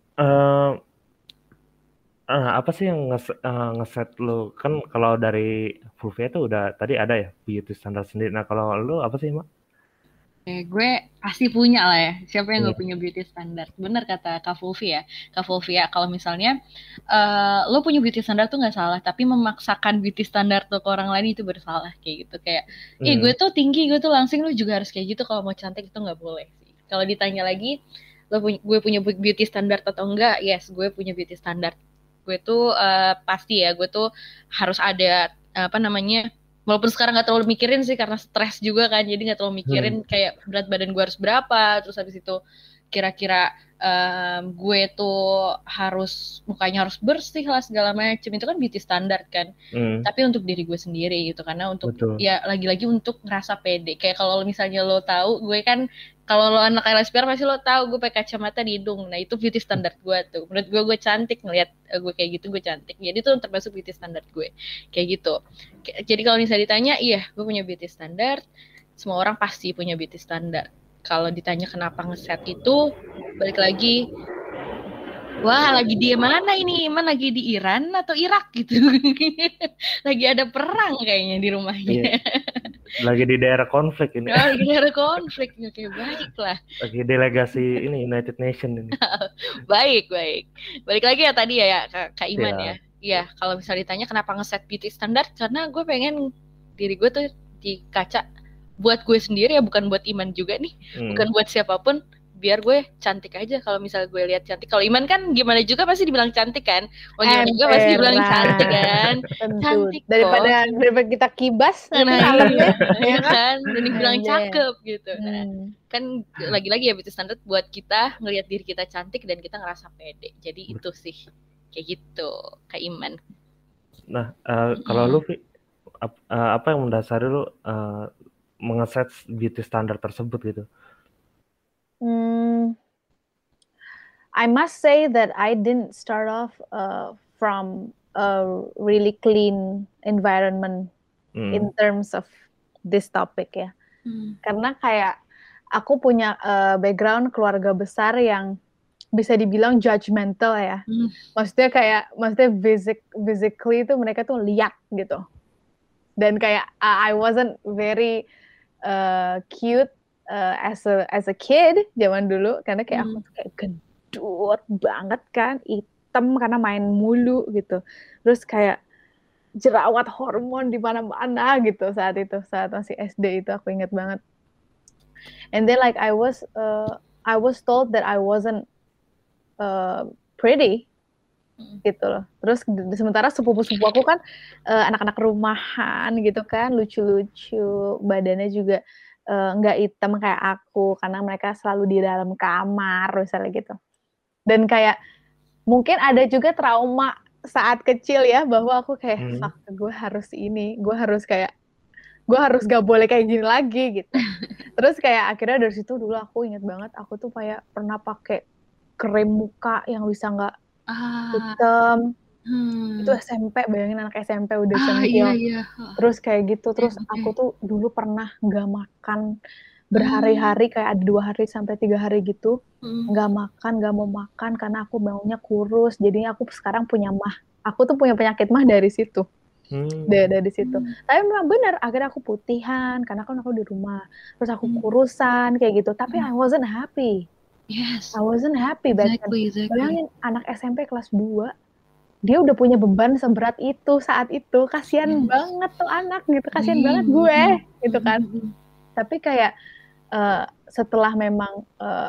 apa sih yang ngeset lo, kan kalau dari Fulvia tuh udah tadi ada ya beauty standard sendiri. Nah kalau lo apa sih Mak? Gue pasti punya lah ya. Siapa yang gak punya beauty standard? Bener kata Kak Fulvia. Kak Fulvia, kalau misalnya lo punya beauty standard tuh gak salah, tapi memaksakan beauty standard tuh ke orang lain itu bersalah kayak gitu. Kayak, gue tuh tinggi, gue tuh langsing, lo juga harus kayak gitu. Kalau mau cantik itu gak boleh sih. Kalau ditanya lagi, gue punya beauty standard atau enggak? Yes, gue punya beauty standard. Gue tuh pasti ya, gue tuh harus ada walaupun sekarang gak terlalu mikirin sih karena stres juga kan, jadi gak terlalu mikirin kayak berat badan gue harus berapa, terus habis itu kira-kira gue tuh mukanya harus bersih lah segala macam, itu kan beauty standard kan. Tapi untuk diri gue sendiri gitu, karena untuk ya lagi-lagi untuk ngerasa pede. Kayak kalau misalnya lo tahu gue kan, kalau lo anak LSPR pasti lo tahu gue pakai kacamata di hidung. Nah itu beauty standard gue tuh. Menurut gue cantik, ngelihat gue kayak gitu gue cantik. Jadi itu termasuk beauty standard gue kayak gitu. Jadi kalau misalnya ditanya, iya gue punya beauty standard. Semua orang pasti punya beauty standard. Kalau ditanya kenapa ngeset itu, balik lagi, wah lagi di mana ini? Iman lagi di Iran atau Irak gitu? Lagi ada perang kayaknya di rumahnya. Iya. Lagi di daerah konflik ini. Lagi di daerah konflik, oke baik lah. Lagi delegasi ini United Nation ini. Baik. Balik lagi ya tadi ya Kak Iman ya. Iya, kalau misalnya ditanya kenapa ngeset beauty standard, karena gue pengen diri gue tuh di kaca buat gue sendiri ya, bukan buat Iman juga nih, bukan buat siapapun, biar gue cantik aja. Kalau misalnya gue lihat cantik, kalau Iman kan gimana juga pasti dibilang cantik kan, gimana juga pasti dibilang cantik kan. Cantik daripada kita kibas ya kan, dan dibilang cakep gitu. Nah, kan lagi-lagi ya beauty standard buat kita ngelihat diri kita cantik dan kita ngerasa pede. Jadi itu sih kayak gitu Kak Iman. Nah, kalau lu apa yang mendasari lu mengeset beauty standard tersebut gitu? I must say that I didn't start off from a really clean environment in terms of this topic ya. Karena kayak aku punya background keluarga besar yang bisa dibilang judgmental ya. Maksudnya physically itu mereka tuh lihat gitu. Dan kayak I wasn't very cute as a kid zaman dulu, karena kayak aku tuh kayak gendut banget kan, hitam karena main mulu gitu. Terus kayak jerawat hormon di mana-mana gitu saat masih SD itu aku ingat banget. And then like I was told that I wasn't pretty gitu loh. Terus sementara sepupu-sepupu aku kan anak-anak rumahan gitu kan, lucu-lucu, badannya juga nggak hitam kayak aku karena mereka selalu di dalam kamar misalnya gitu. Dan kayak mungkin ada juga trauma saat kecil ya, bahwa aku kayak fuck, gue harus gak boleh kayak gini lagi gitu. Terus kayak akhirnya dari situ dulu aku inget banget, aku tuh kayak pernah pakai krim muka yang bisa nggak hitam. Itu SMP, bayangin anak SMP udah centil. Iya. Terus kayak gitu, terus aku tuh dulu pernah nggak makan berhari-hari, kayak ada 2 hari sampai 3 hari gitu, nggak mau makan karena aku maunya kurus. Jadi aku sekarang aku tuh punya penyakit mah dari situ. Dari situ. Tapi memang benar, akhirnya aku putihan karena kan aku di rumah. Terus aku kurusan kayak gitu. Tapi I wasn't happy. Yes. I wasn't happy back then. Exactly. Bayangin anak SMP kelas 2, dia udah punya beban seberat itu saat itu. Kasian banget tuh anak gitu. Kasian banget gue gitu kan. Tapi kayak setelah memang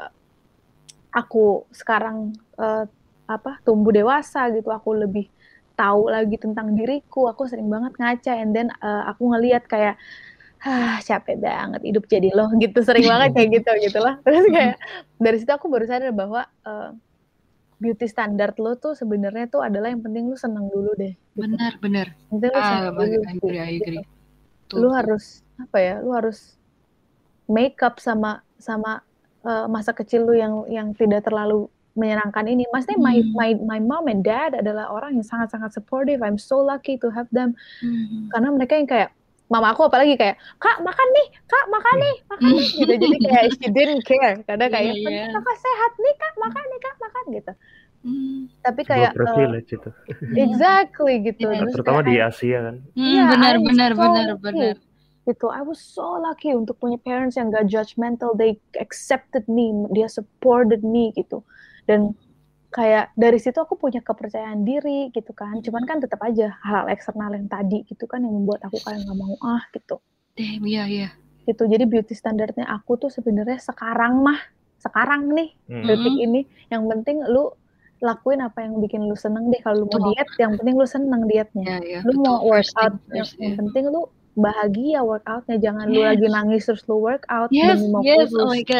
aku sekarang tumbuh dewasa gitu, aku lebih tahu lagi tentang diriku, aku sering banget ngaca, and then aku ngelihat kayak capek banget hidup jadi lo gitu, sering banget kayak gitu lah. Terus kayak dari situ aku baru sadar bahwa beauty standard lo tuh sebenarnya tuh adalah yang penting lu senang dulu deh. Gitu. Benar. Penting lu senang dulu. I agree. Lu harus lu harus make up sama masa kecil lu yang tidak terlalu menyenangkan ini. Maksudnya my mom and dad adalah orang yang sangat-sangat supportive. I'm so lucky to have them. Karena mereka yang kayak, mama aku apalagi kayak, kak makan nih gitu. Jadi kayak she didn't care. Karena kayak, kakak sehat nih kak, makan gitu. Tapi kayak privilege itu. Exactly gitu. Terutama di Asia kan. Benar. Gitu. I was so lucky untuk punya parents yang gak judgmental. They accepted me, dia supported me gitu. Dan kayak dari situ aku punya kepercayaan diri gitu kan. Cuman kan tetap aja hal-hal eksternal yang tadi gitu kan yang membuat aku kayak nggak mau gitu. Damn, iya. Gitu. Jadi beauty standardnya aku tuh sebenarnya sekarang nih detik ini, yang penting lu lakuin apa yang bikin lu seneng deh. Kalau lu mau diet, yang penting lu seneng dietnya. Lu mau workout, yang penting lu bahagia workoutnya. Jangan lu lagi nangis terus lu workout. Yes, oh my god.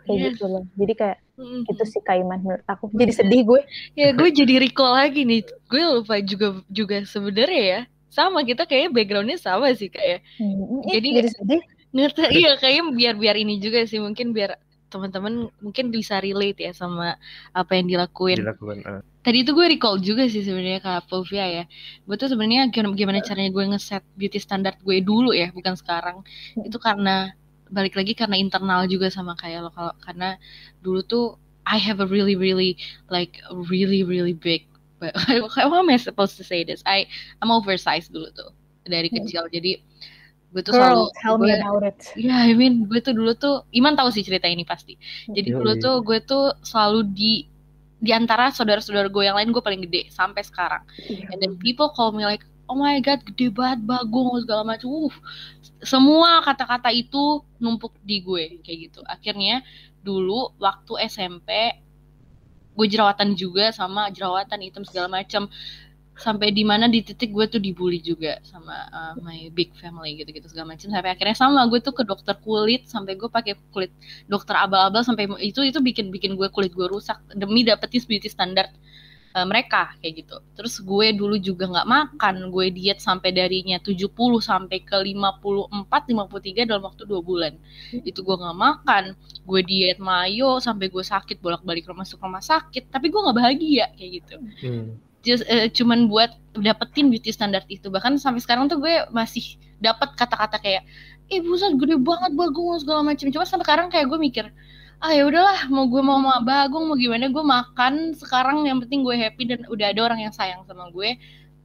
kayak gitu loh. Jadi kayak gitu sih Kak Iman menurut aku. Jadi sedih gue. Ya gue jadi recall lagi nih. Gue lupa juga sebenarnya ya. Sama kita kayaknya backgroundnya sama sih kayak. Jadi sedih. Ngerti, iya kayaknya biar ini juga sih, mungkin biar teman-teman mungkin bisa relate ya sama apa yang dilakuin. Tadi itu gue recall juga sih sebenarnya Kak Fulvia ya. Gue tuh sebenarnya gimana caranya gue ngeset beauty standard gue dulu ya, bukan sekarang. Itu karena balik lagi karena internal juga sama kayak lo, karena dulu tuh I have a really like really big, how am I supposed to say this? I'm oversized dulu tuh dari kecil, jadi gue tuh selalu tell me about it. Ya, gue tuh dulu tuh, Iman tahu sih cerita ini pasti. Jadi dulu tuh gue tuh selalu di antara saudara-saudara gue yang lain gue paling gede sampai sekarang. And then people call me like, oh my god, gede banget Bagong segala macam. Semua kata-kata itu numpuk di gue kayak gitu. Akhirnya dulu waktu SMP gue jerawatan juga, sama jerawatan hitam segala macam. Sampai di mana di titik gue tuh dibully juga sama my big family gitu segala macam, sampai akhirnya sama gue tuh ke dokter kulit, sampai gue pakai kulit dokter abal-abal, sampai itu bikin gue kulit gue rusak demi dapetin beauty standar mereka kayak gitu. Terus gue dulu juga nggak makan, gue diet sampai darinya 70 sampai ke 54 53 dalam waktu 2 bulan. Itu gue nggak makan, gue diet mayo sampai gue sakit, bolak-balik masuk rumah sakit, tapi gue nggak bahagia kayak gitu. Cuman buat dapetin beauty standard itu. Bahkan sampai sekarang tuh gue masih dapat kata-kata kayak buset gede banget Bagong segala macam. Cuma sampai sekarang kayak gue mikir, ya udahlah, mau Bagong mau gimana, gue makan sekarang, yang penting gue happy dan udah ada orang yang sayang sama gue.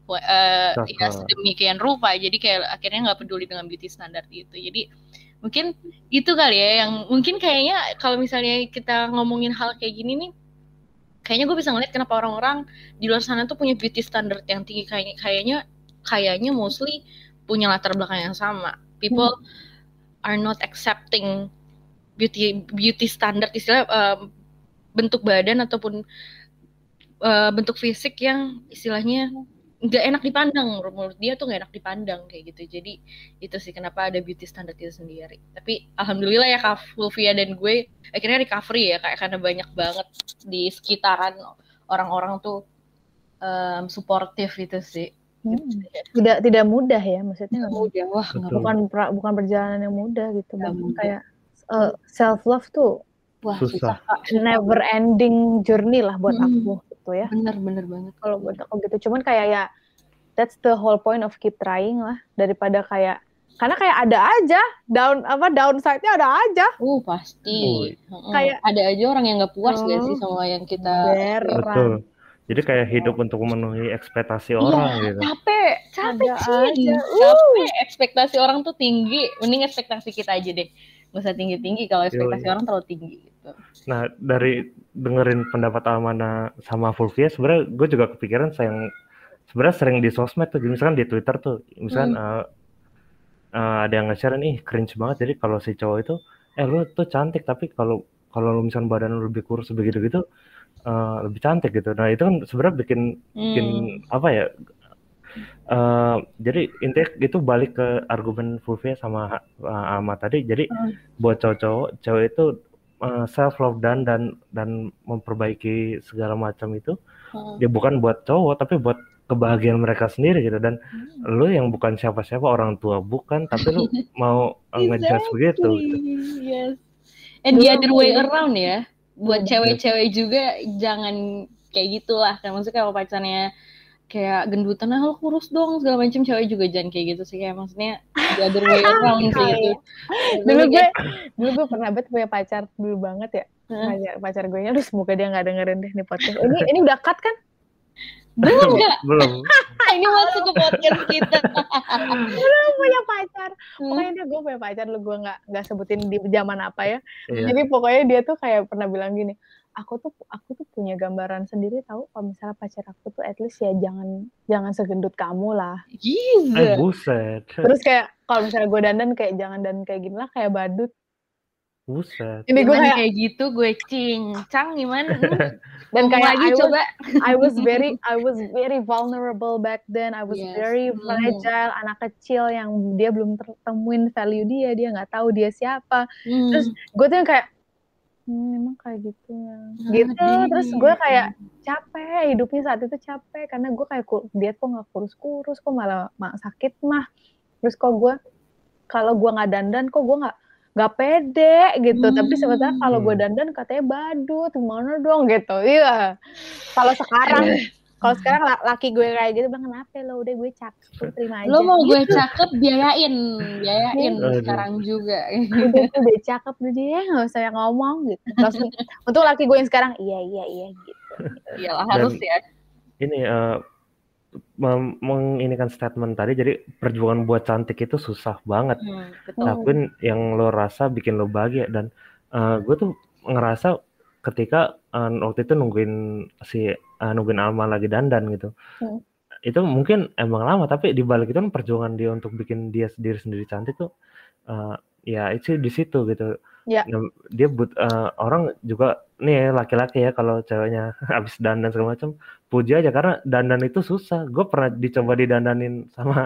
Ya sedemikian rupa, jadi kayak akhirnya nggak peduli dengan beauty standard itu. Jadi mungkin itu kali ya yang mungkin kayaknya kalau misalnya kita ngomongin hal kayak gini nih, kayaknya gue bisa ngeliat kenapa orang-orang di luar sana tuh punya beauty standard yang tinggi. Kayaknya mostly punya latar belakang yang sama. People are not accepting beauty standard, istilah bentuk badan ataupun bentuk fisik yang istilahnya nggak enak dipandang. Menurut dia tuh nggak enak dipandang kayak gitu. Jadi itu sih kenapa ada beauty standard itu sendiri. Tapi alhamdulillah ya Kak Fulvia dan gue akhirnya recovery ya, kayak karena banyak banget di sekitaran orang-orang tuh suportif itu sih. Tidak mudah ya, maksudnya mudah. Wah, bukan perjalanan yang mudah gitu. Kayak self love tuh susah. Never ending journey lah buat aku gitu ya. Bener banget. Kalau buat aku gitu, cuman kayak ya that's the whole point of keep trying lah, daripada kayak, karena kayak ada aja downside-nya ada aja. Pasti. Kayak ada aja orang yang nggak puas gak sih sama yang kita. Betul. Jadi kayak hidup untuk memenuhi ekspektasi orang gitu. Capek sih. Capek, ekspektasi orang tuh tinggi. Mending ekspektasi kita aja deh. Gak usah tinggi-tinggi kalau ekspektasi orang terlalu tinggi gitu. Nah, dari dengerin pendapat Almana sama Fulvia, sebenarnya gue juga kepikiran sebenarnya sering di sosmed tuh, misalkan di Twitter tuh, misalkan ada yang nge-share nih cringe banget. Jadi kalau si cowok itu, lu tuh cantik, tapi kalau lu misalkan badan lu lebih kurus begitu-gitu, lebih cantik gitu. Nah itu kan sebenarnya bikin apa ya? Jadi intinya itu balik ke argumen Fulvia sama Alma tadi. Jadi buat cewek itu self love dan memperbaiki segala macam itu, ya bukan buat cowok tapi buat kebahagiaan mereka sendiri gitu. Dan lu yang bukan siapa-siapa, orang tua bukan, tapi lu mau ngejudge begitu gitu. Yes. And the other way around ya. Buat cewek-cewek juga jangan kayak gitulah. Kan maksudnya kalau pacarnya kayak gendutan, lo kurus dong segala macam, cewek juga jangan kayak gitu sih. Kayak maksudnya the other way around sih gitu. Dulu gue pernah punya pacar dulu banget ya. Pacar gue nya, semoga dia nggak dengerin deh nih podcast. Ini udah cut kan? Belum. Ini masuk ke podcast kita. Belum punya pacar. Pokoknya gue punya pacar, lu gue nggak sebutin di zaman apa ya. Jadi pokoknya dia tuh kayak pernah bilang gini, aku tuh punya gambaran sendiri tahu kalau misalnya pacar aku tuh at least ya jangan segendut kamu lah. Buset. Terus kayak kalau misalnya gue dandan kayak jangan dan kayak gini lah, kayak badut. Buset. Ini gue kayak gitu, gue cincang gimana? Dan kayak I was very vulnerable back then. I was very fragile, anak kecil yang dia belum temuin value dia nggak tahu dia siapa. Terus gue tuh yang kayak Emang kayak gitu ya. Gitu, terus gue kayak capek, hidupnya saat itu capek, karena gue kayak diet kok nggak kurus-kurus, kok malah sakit mah. Terus kok gue, kalau gue nggak dandan, kok gue nggak pede gitu. Tapi sebenarnya kalau gue dandan katanya badut, gimana dong gitu. Iya. Kalau sekarang laki gue kayak gitu, bang kenapa lo, udah gue cakep, terima aja. Lo mau gue cakep, biayain sekarang juga. Udah cakep dia, nggak usah yang ngomong gitu. Langsung, untuk laki gue yang sekarang, iya gitu. Iyalah harus ya. Ini menginikan statement tadi, jadi perjuangan buat cantik itu susah banget. Lakuin yang lo rasa bikin lo bahagia, dan gue tuh ngerasa ketika waktu itu nungguin Alma lagi dandan gitu, itu mungkin emang lama, tapi di balik itu kan perjuangan dia untuk bikin diri sendiri cantik tuh ya itu di situ gitu. Ya. Dia orang juga nih laki-laki ya, kalau ceweknya habis dandan segala macam puji aja, karena dandan itu susah. Gue pernah dicoba didandanin sama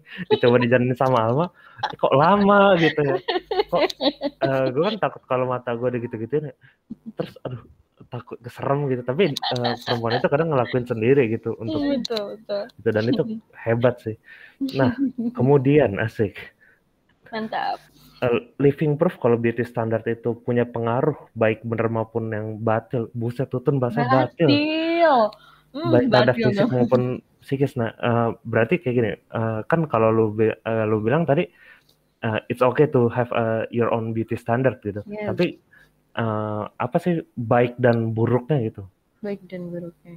Alma, kok lama gitu ya. Kok gue kan takut kalau mata gue gitu-gituin, terus aduh takut keserem gitu. Tapi perempuan itu kadang ngelakuin sendiri gitu untuk betul. Gitu, dan itu hebat sih. Nah, kemudian asik. Mantap. Living proof kalau beauty standard itu punya pengaruh baik benar maupun yang batil. Buset, tutun bahasa batil. Baik terhadap fisik maupun psikis. Nah, berarti kayak gini. Kan kalau lu bilang tadi it's okay to have your own beauty standard gitu. Yes. Tapi apa sih baik dan buruknya gitu? Baik dan buruknya.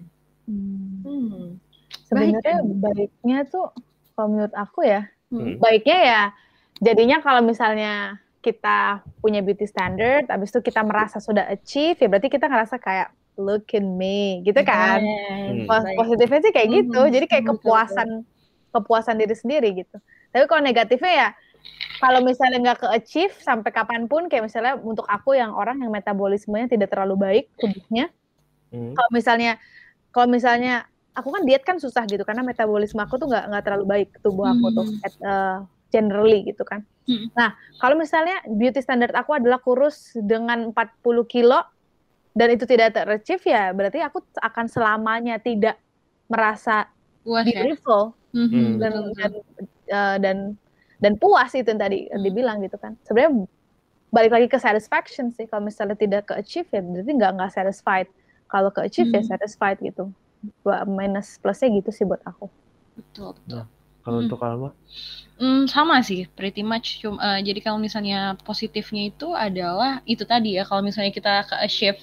Sebenarnya baiknya tuh kalau menurut aku ya, baiknya ya jadinya kalau misalnya kita punya beauty standard, habis itu kita merasa sudah achieve, ya berarti kita ngerasa kayak look at me gitu kan. Positifnya sih kayak gitu, jadi kayak kepuasan diri sendiri gitu. Tapi kalau negatifnya ya, kalau misalnya nggak ke-achieve sampai kapanpun, kayak misalnya untuk aku yang orang yang metabolismenya tidak terlalu baik tubuhnya, kalau misalnya aku kan diet kan susah gitu, karena metabolisme aku tuh nggak terlalu baik tubuh aku tuh, generally gitu kan. Nah, kalau misalnya beauty standard aku adalah kurus dengan 40 kilo dan itu tidak ter-achieve, ya berarti aku akan selamanya tidak merasa beautiful dan puas, itu yang tadi dibilang gitu kan. Sebenarnya balik lagi ke satisfaction sih. Kalau misalnya tidak ke-achieve ya berarti nggak satisfied. Kalau ke-achieve ya satisfied gitu. Minus plusnya gitu sih buat aku. Betul. Nah, kalau untuk Alma? Sama sih, pretty much. Jadi kalau misalnya positifnya itu adalah itu tadi ya, kalau misalnya kita ke-achieve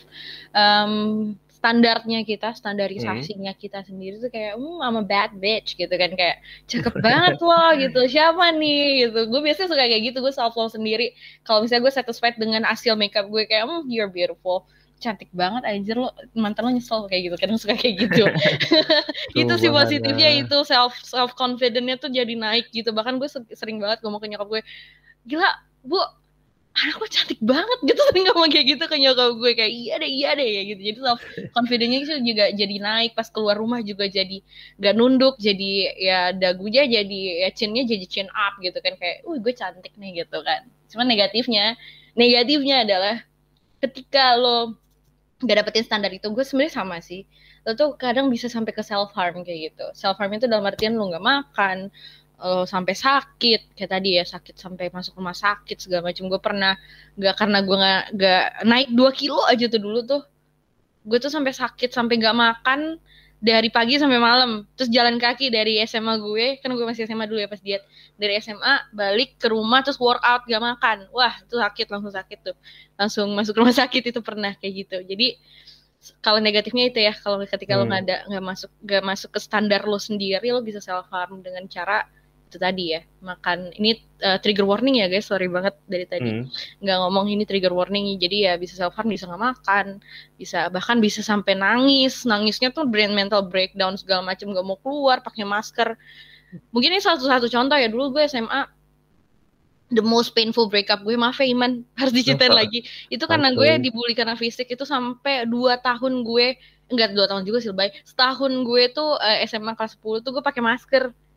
standarnya kita, standarisasinya kita sendiri tuh kayak I'm a bad bitch gitu kan, kayak cakep banget loh gitu, siapa nih gitu. Gue biasanya suka kayak gitu, gue self love sendiri. Kalau misalnya gue satisfied dengan hasil makeup gue, kayak you're beautiful, cantik banget anjir lo, mantan lo nyesel kayak gitu, kadang suka kayak gitu. Itu sih positifnya, itu self confidence-nya tuh jadi naik gitu. Bahkan gue sering banget ngomong ke nyokap gue, gila bu, anak lo cantik banget gitu, sering ngomong kayak gitu ke nyokap gue, kayak iya deh ya gitu. Jadi self confidence-nya itu juga jadi naik. Pas keluar rumah juga jadi gak nunduk, jadi ya dagunya jadi ya chin-nya jadi chin up gitu kan, kayak gue cantik nih gitu kan. Cuman negatifnya adalah ketika lo gak dapetin standar itu, gue sebenarnya sama sih, lo tuh kadang bisa sampai ke self harm kayak gitu. Self harm itu dalam artian lo gak makan, sampai sakit, kayak tadi ya, sakit sampai masuk rumah sakit segala macam. Gue pernah karena gue gak naik 2 kilo aja tuh dulu tuh, gue tuh sampai sakit, sampai gak makan dari pagi sampai malam, terus jalan kaki dari SMA gue, kan gue masih SMA dulu ya pas diet, dari SMA balik ke rumah terus workout gak makan, wah itu langsung sakit tuh, langsung masuk rumah sakit. Itu pernah kayak gitu. Jadi kalau negatifnya itu ya, kalau ketika lo nggak masuk ke standar lo sendiri, lo bisa self harm dengan cara itu tadi ya, makan. Ini trigger warning ya guys, sorry banget dari tadi nggak ngomong ini trigger warning. Jadi ya bisa self harm, bisa nggak makan, bahkan bisa sampai nangisnya tuh brain mental breakdown segala macam, nggak mau keluar, pakai masker. Mungkin ini satu contoh ya. Dulu gue SMA, the most painful breakup gue, maaf ya Iman, harus diceritain lagi. Itu karena gue dibully karena fisik. Itu sampai 2 tahun gue, enggak 2 tahun juga sih, lebih setahun gue tuh SMA kelas 10 tuh gue pakai masker.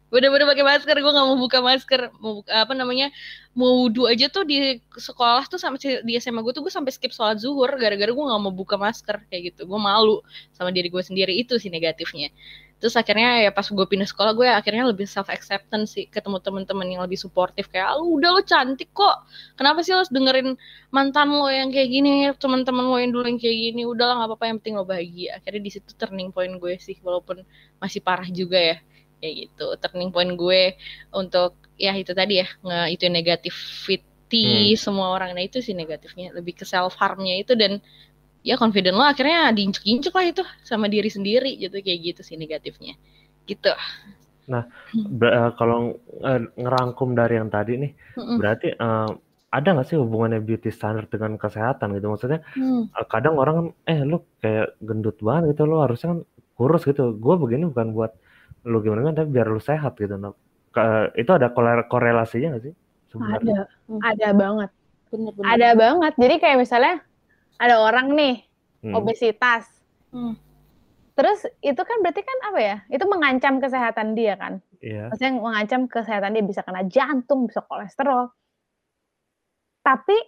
Bener-bener pakai masker, gue nggak mau buka masker, mau buka, mau wudhu aja tuh di sekolah tuh sama di SMA gue tuh gue sampai skip sholat zuhur gara-gara gue nggak mau buka masker kayak gitu, gue malu sama diri gue sendiri, itu sih negatifnya. Terus akhirnya ya pas gue pindah sekolah gue akhirnya lebih self acceptance sih, ketemu teman-teman yang lebih suportif kayak lu udah lo cantik kok, kenapa sih lo harus dengerin mantan lo yang kayak gini, teman-teman lo yang dulu yang kayak gini, udahlah nggak apa-apa yang penting lo bahagia. Akhirnya di situ turning point gue sih, walaupun masih parah juga ya kayak gitu. Turning point gue untuk ya itu tadi ya, itu negativity semua orang. Nah itu sih negatifnya, lebih ke self harmnya itu, dan ya confident lo akhirnya diinjek-injek lah itu sama diri sendiri gitu, kayak gitu sih negatifnya gitu. Nah kalau ngerangkum dari yang tadi nih, berarti ada nggak sih hubungannya beauty standard dengan kesehatan gitu? Maksudnya kadang orang lu kayak gendut banget gitu, lo harusnya kan kurus gitu. Gue begini bukan buat lu gimana kan, tapi biar lu sehat gitu. Nah, itu ada korelasinya nggak sih sebenarnya? Ada banget. Bener. Ada banget. Jadi kayak misalnya ada orang nih obesitas, terus itu kan berarti kan apa ya? Itu mengancam kesehatan dia kan? Iya. Maksudnya mengancam kesehatan dia, bisa kena jantung, bisa kolesterol. Tapi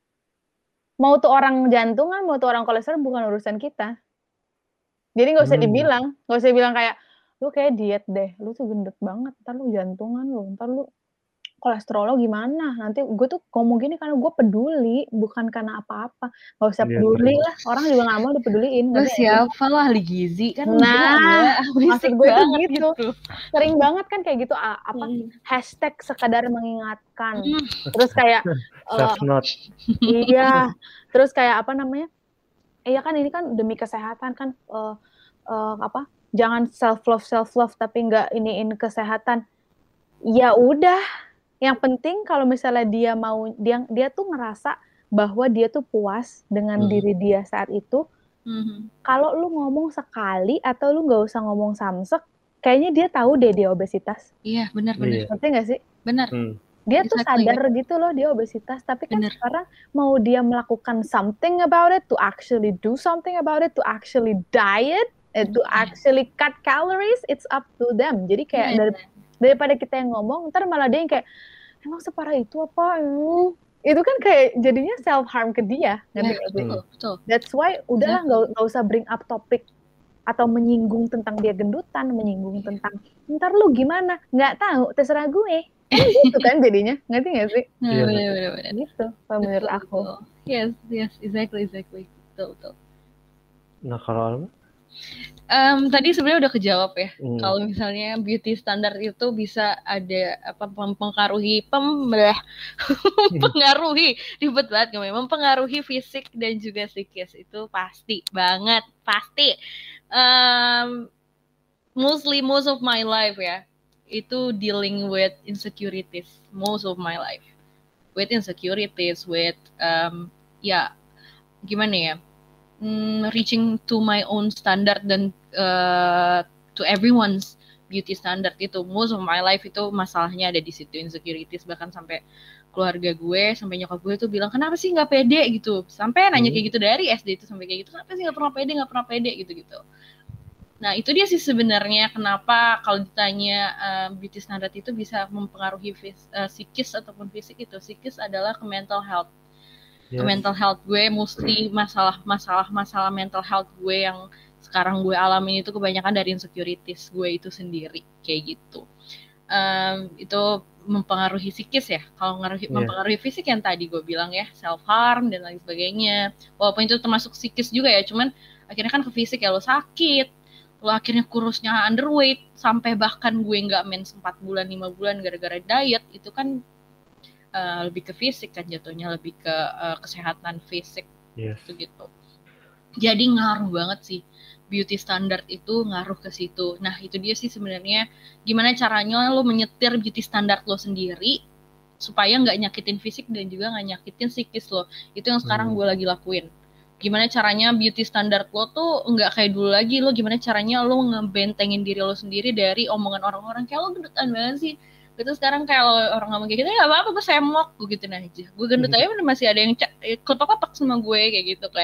mau tuh orang jantungan, mau tuh orang kolesterol bukan urusan kita. Jadi nggak usah dibilang, nggak usah bilang kayak lu kayak diet deh, lu tuh gendut banget, ntar lu jantungan lu, ntar lu kolesterol lo gimana, nanti gue tuh ngomong gini karena gue peduli, bukan karena apa-apa. Nggak usah peduli lah, orang juga nggak mau dipeduliin. Lu siapa lah, ahli gizi kan? Nah, maksud gue tuh gitu. Sering banget kan kayak gitu, hashtag sekadar mengingatkan, terus kayak self-note. Iya, terus kayak apa namanya, iya kan ini kan demi kesehatan kan, jangan self love tapi nggak iniin kesehatan. Ya udah, yang penting kalau misalnya dia mau, dia tuh ngerasa bahwa dia tuh puas dengan diri dia saat itu. Kalau lu ngomong sekali atau lu nggak usah ngomong samsek, kayaknya dia tahu deh dia obesitas. Iya, benar. Ngerti nggak sih? Benar. Dia tuh sadar gitu loh dia obesitas, tapi kan sekarang mau dia melakukan something about it, to actually do something about it, to actually diet, to actually cut calories, it's up to them. Jadi kayak daripada kita yang ngomong, ntar malah dia yang kayak, emang separah itu apa? Itu kan kayak jadinya self harm ke dia. Betul. That's why udahlah nggak usah bring up topik atau menyinggung tentang dia gendutan, menyinggung tentang ntar lu gimana? Nggak tahu, terserah gue. Gitu kan jadinya, ngerti nggak sih? Benar. Gitu, menurut aku. Yes, exactly. Betul. Nah kalau tadi sebenarnya udah kejawab ya. Kalau misalnya beauty standard itu bisa ada mempengaruhi ribet banget memang mempengaruhi fisik dan juga psikis, itu pasti banget, pasti. Most of my life ya, itu dealing with insecurities most of my life, with insecurities, with gimana ya, reaching to my own standard dan to everyone's beauty standard. Itu most of my life itu masalahnya ada di situ, insecurities. Bahkan sampai keluarga gue, sampai nyokap gue tuh bilang kenapa sih nggak pede gitu, sampai nanya kayak gitu dari SD itu sampai kayak gitu, kenapa sih nggak pernah pede gitu. Nah itu dia sih sebenarnya kenapa kalau ditanya beauty standard itu bisa mempengaruhi psikis ataupun fisik. Itu psikis adalah ke mental health. Ke mental health gue, mostly masalah mental health gue yang sekarang gue alamin itu kebanyakan dari insecurities gue itu sendiri kayak gitu. Itu mempengaruhi psikis ya. Kalau mempengaruhi fisik yang tadi gue bilang ya, self harm dan lain sebagainya, walaupun itu termasuk psikis juga ya, cuman akhirnya kan ke fisik ya, lo sakit, lo akhirnya kurusnya underweight, sampai bahkan gue nggak mens 4 bulan 5 bulan gara-gara diet, itu kan lebih ke fisik kan jatuhnya, lebih ke kesehatan fisik gitu. Jadi ngaruh banget sih beauty standard itu, ngaruh ke situ. Nah itu dia sih sebenarnya gimana caranya lo menyetir beauty standard lo sendiri supaya nggak nyakitin fisik dan juga nggak nyakitin psikis lo. Itu yang sekarang gue lagi lakuin. Gimana caranya beauty standard lo tuh nggak kayak dulu lagi. Lo gimana caranya lo ngebentengin diri lo sendiri dari omongan orang-orang kayak lo gendutan banget sih. Gitu sekarang kayak orang ngomong kayak gitu, ya apa-apa gue semok, gue gituin aja. Gue gendut aja masih ada yang klepak-klepak sama gue kayak gitu kan.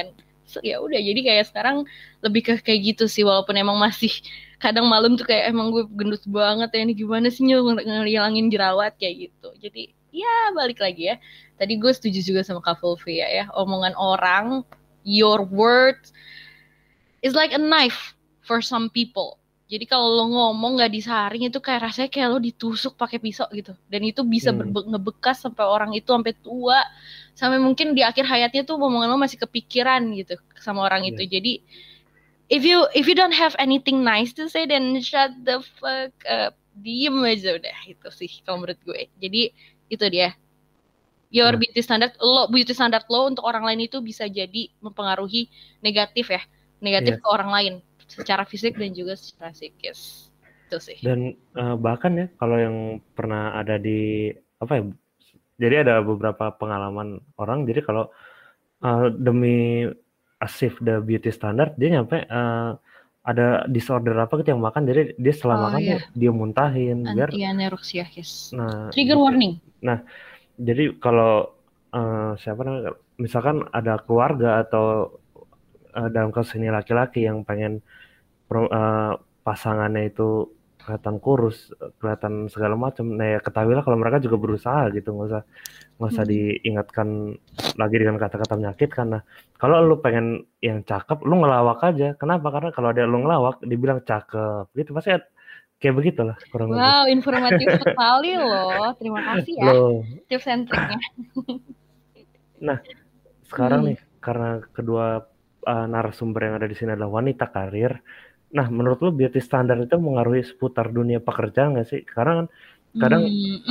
So, ya udah, jadi kayak sekarang lebih ke kayak gitu sih, walaupun emang masih kadang malam tuh kayak emang gue gendut banget ya, ini gimana sih ngilangin jerawat kayak gitu. Jadi ya balik lagi ya, tadi gue setuju juga sama Kak Fulvia ya, omongan orang, your words is like a knife for some people. Jadi kalau lo ngomong gak disaring itu kayak rasanya kayak lo ditusuk pakai pisau gitu. Dan itu bisa ngebekas sampai orang itu sampai tua, sampai mungkin di akhir hayatnya tuh omongan lo masih kepikiran gitu sama orang itu. Jadi if you don't have anything nice to say, then shut the fuck up, diem aja udah, itu sih kalau menurut gue. Jadi itu dia, your beauty standard lo untuk orang lain itu bisa jadi mempengaruhi negatif ke orang lain secara fisik dan juga secara psikis, itu sih. Dan bahkan ya kalau yang pernah ada di jadi ada beberapa pengalaman orang, jadi kalau demi achieve the beauty standard dia nyampe ada disorder apa gitu yang makan, jadi dia setelah makan tuh dia muntahin biar anti-anorexia. Nah, trigger warning. Nah, jadi kalau misalkan ada keluarga atau dalam kasus ini laki-laki yang pengen pasangannya itu kelihatan kurus, kelihatan segala macam, nah ya ketahuilah kalau mereka juga berusaha gitu, nggak usah diingatkan lagi dengan kata-kata menyakitkan. Nah, kalau lu pengen yang cakep, lu ngelawak aja. Kenapa? Karena kalau ada lu ngelawak, dibilang cakep, gitu pasti kayak begitulah kurang lebih. Wow, informatif sekali loh. Terima kasih ya tips and triknya. Nah, sekarang nih karena kedua narasumber yang ada di sini adalah wanita karir. Nah, menurut lu beauty standar itu mengaruhi seputar dunia pekerjaan nggak sih? Karena kan kadang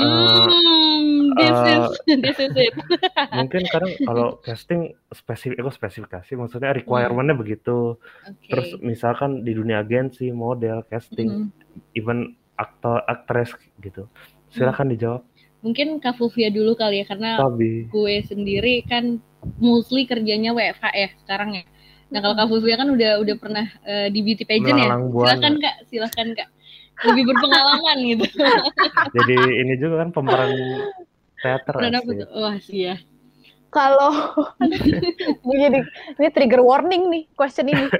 this is it. Mungkin kadang kalau casting spesifikasi, maksudnya requirement-nya begitu. Terus misalkan di dunia agensi, model, casting, even aktor, aktris gitu. Silakan dijawab. Mungkin Kak Fulvia dulu kali ya, karena gue sendiri kan mostly kerjanya WFH ya sekarang ya. Nah kalau Kak Fulvia kan udah pernah di beauty pageant ya. Silakan kak. Lebih berpengalaman gitu. Jadi ini juga kan pemeran teater. Wah sih ya. Kalau jadi ini trigger warning nih question ini.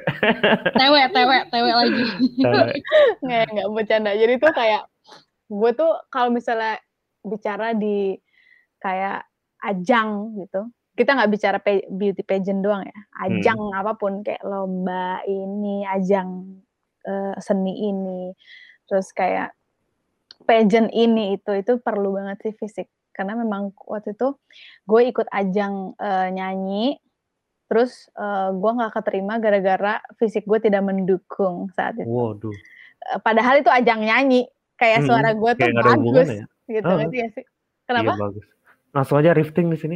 Tewe lagi. Nggak bercanda. Jadi tuh kayak gue tuh kalau misalnya bicara di kayak ajang gitu, kita nggak bicara beauty pageant doang ya, ajang apapun kayak lomba ini, ajang seni ini, terus kayak pageant ini itu perlu banget sih fisik, karena memang waktu itu gue ikut ajang nyanyi, terus gue nggak keterima gara-gara fisik gue tidak mendukung saat itu. Waduh. Padahal itu ajang nyanyi, kayak suara gue tuh bagus, ya? Gitu ngerti ya sih? Kenapa? Iya, bagus. Langsung aja rifting di sini.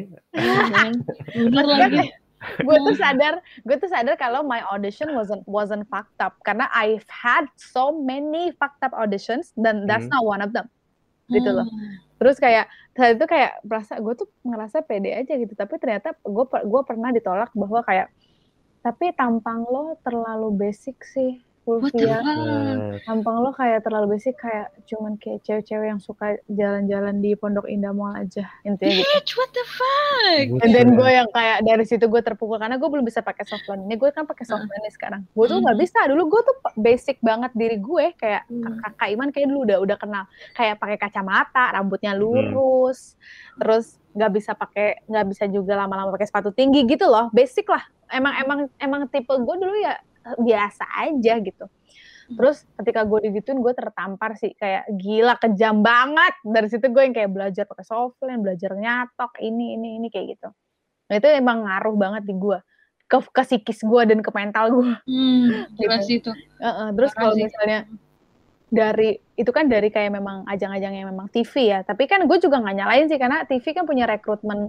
Bener lagi. Gue tuh sadar kalau my audition wasn't fucked up, karena I've had so many fucked up auditions dan that's not one of them, gitu loh. Terus kayak saat itu kayak gue tuh ngerasa pede aja gitu, tapi ternyata gue pernah ditolak bahwa kayak, tapi tampang lo terlalu basic sih, Fulvia. Tampang lo kayak terlalu basic, kayak cuman kayak cewek-cewek yang suka jalan-jalan di Pondok Indah Mall aja, intinya gitu. What the fuck? Dan gue yang kayak dari situ gue terpukul, karena gue belum bisa pakai soft lens. Ini gue kan pakai soft lens sekarang. Gue tuh nggak bisa. Dulu gue tuh basic banget diri gue, kayak Kakak Iman kayak dulu udah kenal, kayak pakai kacamata, rambutnya lurus, terus nggak bisa juga lama-lama pakai sepatu tinggi gitu loh. Basic lah. Emang tipe gue dulu ya biasa aja gitu. Terus ketika gue digituin, gue tertampar sih, kayak gila, kejam banget. Dari situ gue yang kayak belajar pakai soft lens, belajar nyatok ini kayak gitu. Nah, itu emang ngaruh banget di gue, ke psikis gue dan ke mental gue. Jelas itu. Terus kalau misalnya dari kayak memang ajang-ajang yang memang TV ya, tapi kan gue juga nggak nyalain sih, karena TV kan punya rekrutmen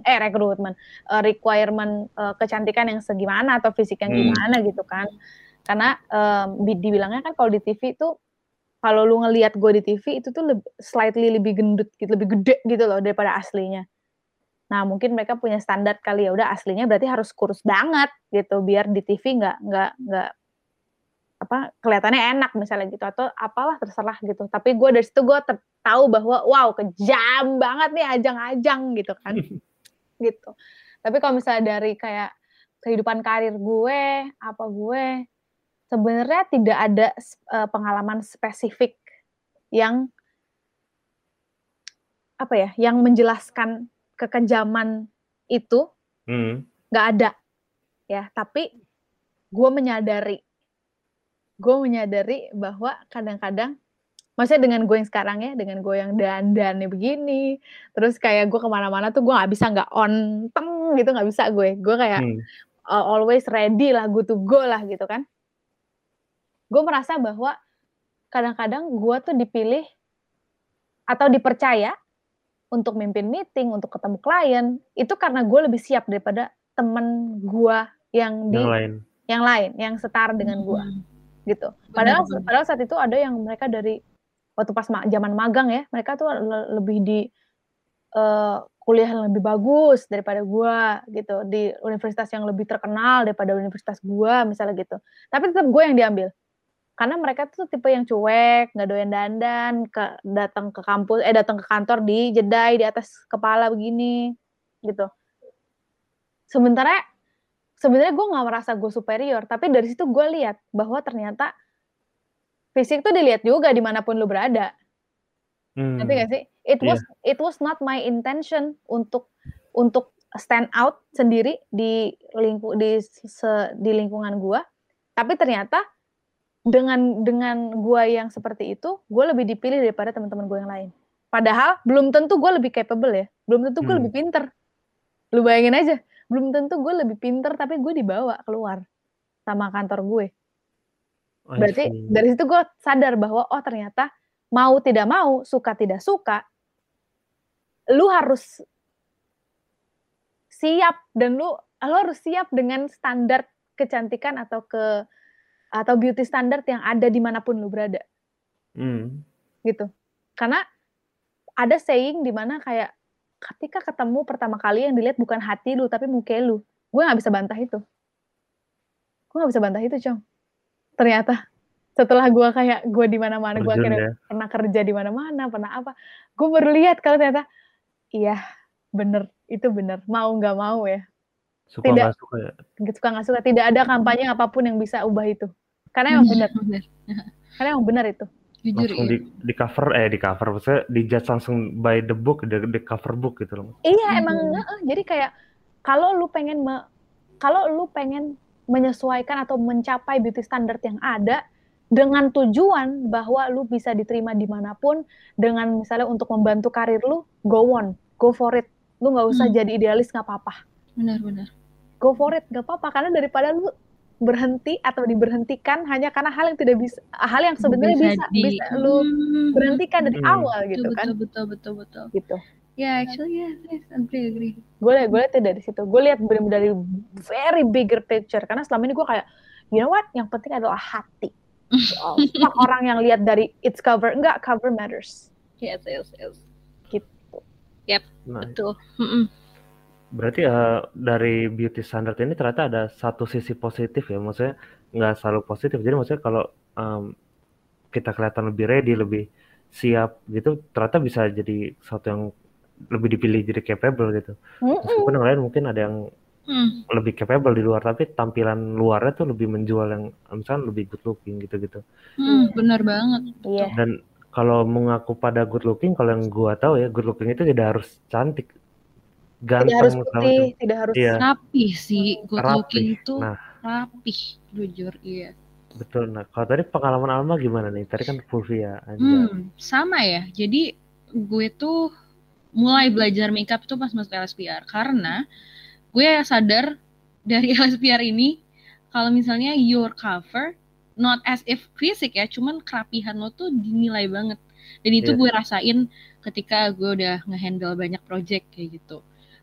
requirement kecantikan yang segimana atau fisik yang gimana gitu kan. Karena dibilangnya kan kalau di TV itu, kalau lu ngelihat gue di TV itu tuh slightly lebih gendut gitu, lebih gede gitu loh daripada aslinya. Nah mungkin mereka punya standar kali, ya udah aslinya berarti harus kurus banget gitu biar di TV nggak kelihatannya enak misalnya gitu, atau apalah terserah gitu. Tapi gue dari situ gue tahu bahwa wow, kejam banget nih ajang-ajang gitu kan. Gitu. Tapi kalau misalnya dari kayak kehidupan karir gue, apa gue, sebenarnya tidak ada pengalaman spesifik yang yang menjelaskan kekejaman itu, nggak ada, ya. Tapi gue menyadari bahwa kadang-kadang, maksudnya dengan gue yang sekarang ya, dengan gue yang dandannya begini, terus kayak gue kemana-mana tuh gue nggak bisa nggak on gitu, nggak bisa gue kayak always ready lah, good to go lah gitu kan. Gue merasa bahwa kadang-kadang gue tuh dipilih atau dipercaya untuk mimpin meeting, untuk ketemu klien, itu karena gue lebih siap daripada temen gue yang lain, yang setara dengan gue, gitu. Padahal saat itu ada yang mereka dari waktu pas zaman magang ya, mereka tuh lebih di kuliah yang lebih bagus daripada gue, gitu, di universitas yang lebih terkenal daripada universitas gue, misalnya gitu. Tapi tetap gue yang diambil. Karena mereka tuh tipe yang cuek, nggak doyan dandan, datang ke kantor di jedai di atas kepala begini, gitu. Sebenarnya gue nggak merasa gue superior, tapi dari situ gue lihat bahwa ternyata fisik tuh dilihat juga dimanapun lu berada. Ngerti gak sih? It was not my intention untuk stand out sendiri di lingkungan gue, tapi ternyata dengan gue yang seperti itu, gue lebih dipilih daripada teman-teman gue yang lain. Padahal belum tentu gue lebih capable ya, belum tentu gue lebih pinter. Lu bayangin aja, belum tentu gue lebih pinter, tapi gue dibawa keluar sama kantor gue. Berarti dari situ gue sadar bahwa ternyata mau tidak mau, suka tidak suka, lu harus siap, dan lu harus siap dengan standar kecantikan atau beauty standard yang ada dimanapun lu berada, gitu. Karena ada saying di mana kayak ketika ketemu pertama kali yang dilihat bukan hati lu tapi muka lu, gue nggak bisa bantah itu, Cong. Ternyata setelah gue di mana-mana, gue akhirnya pernah kerja di mana-mana, pernah apa, gue baru lihat kalau ternyata iya bener, itu bener, mau nggak mau ya. Suka nggak suka, tidak ada kampanye apapun yang bisa ubah itu. Karena emang benar. Karena emang benar itu. Jujur, langsung di cover, maksudnya dijudge langsung by the book, di cover book gitu loh. Iya, emang jadi kayak kalau lu pengen menyesuaikan atau mencapai beauty standard yang ada dengan tujuan bahwa lu bisa diterima dimanapun, dengan misalnya untuk membantu karir lu, go for it. Lu nggak usah jadi idealis, nggak apa-apa. Benar. Go for it, nggak apa-apa, karena daripada lu berhenti atau diberhentikan hanya karena hal yang sebenarnya bisa lu berhentikan dari awal gitu kan. Betul. Gitu. Yeah, actually I agree. Gue lihat dari situ. Gue lihat benar-benar dari very bigger picture, karena selama ini gue kayak, you know what, yang penting adalah hati. Orang yang lihat dari its cover, enggak, cover matters. Yes. Gitu. Yep, betul. Berarti dari beauty standard ini ternyata ada satu sisi positif ya, maksudnya nggak selalu positif. Jadi maksudnya kalau kita kelihatan lebih ready, lebih siap gitu, ternyata bisa jadi sesuatu yang lebih dipilih jadi capable gitu. Meskipun yang lain mungkin ada yang lebih capable di luar, tapi tampilan luarnya tuh lebih menjual, yang misalnya lebih good looking gitu-gitu. Benar banget. Iya. Dan kalau mengaku pada good looking, kalau yang gua tahu ya, good looking itu tidak harus cantik, ganteng, tidak harus putih, tidak harus rapih sih. Good looking itu rapih, jujur, iya. Betul. Nah, kalau tadi pengalaman Alma gimana nih? Tadi kan Fulvia. Sama ya. Jadi gue tuh mulai belajar makeup tuh pas masuk LSPR, karena gue sadar dari LSPR ini kalau misalnya your cover not as if fisik ya, cuman kerapihan lo tuh dinilai banget. Dan itu gue rasain ketika gue udah ngehandle banyak project kayak gitu.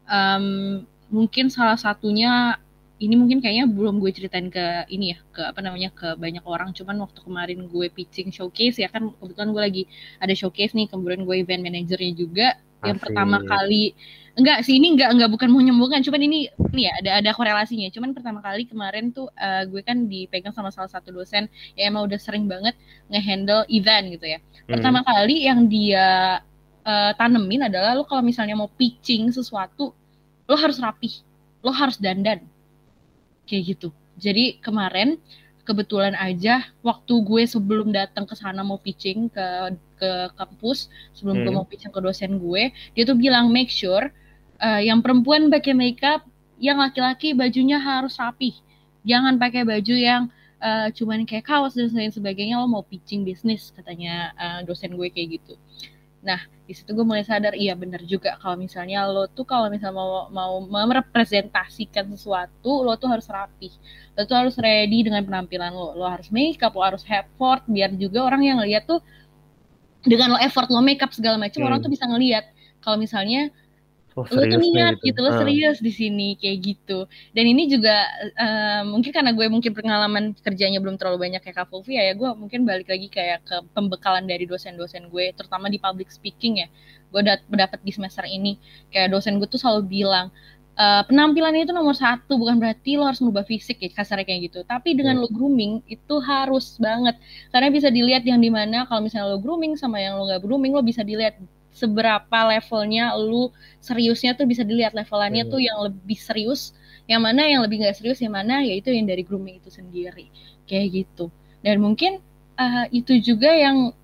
Mungkin salah satunya ini mungkin kayaknya belum gue ceritain ke banyak orang, cuman waktu kemarin gue pitching showcase ya kan, kebetulan gue lagi ada showcase nih, kemudian gue event manajernya juga. Yang pertama kali bukan mau nyembuhkan, cuman ini ya ada korelasinya. Cuman pertama kali kemarin tuh gue kan dipegang sama salah satu dosen yang emang udah sering banget ngehandle event gitu ya. Pertama kali yang dia tanemin adalah lo kalau misalnya mau pitching sesuatu, lo harus rapih, lo harus dandan. kayak gitu. Jadi kemarin kebetulan aja waktu gue sebelum datang ke sana mau pitching ke kampus, sebelum gue mau pitching ke dosen gue, dia tuh bilang make sure yang perempuan pakai makeup, yang laki-laki bajunya harus rapi. Jangan pakai baju yang cuman kayak kaos dan lain sebagainya, lo mau pitching bisnis, katanya dosen gue kayak gitu. Nah, di situ gue mulai sadar, iya benar juga kalau misalnya lo tuh kalau misalnya mau merepresentasikan sesuatu, lo tuh harus rapi. Lo tuh harus ready dengan penampilan lo. Lo harus make up, lo harus effort, biar juga orang yang ngeliat tuh dengan lo effort, lo make up segala macam, orang tuh bisa ngeliat kalau misalnya lo tuh niat gitu, lo serius di sini kayak gitu. Dan ini juga mungkin karena gue mungkin pengalaman kerjanya belum terlalu banyak kayak Kak Fulvia ya, gue mungkin balik lagi kayak ke pembekalan dari dosen-dosen gue, terutama di public speaking ya. Gue dapat di semester ini kayak dosen gue tuh selalu bilang penampilan itu nomor 1, bukan berarti lo harus merubah fisik ya, kasarnya kayak gitu. Tapi dengan lo grooming itu harus banget, karena bisa dilihat yang dimana kalau misalnya lo grooming sama yang lo gak grooming, lo bisa dilihat seberapa levelnya lu seriusnya tuh, bisa dilihat levelannya tuh yang lebih serius, yang mana yang lebih gak serius, yang mana yaitu yang dari grooming itu sendiri kayak gitu. Dan mungkin itu juga yang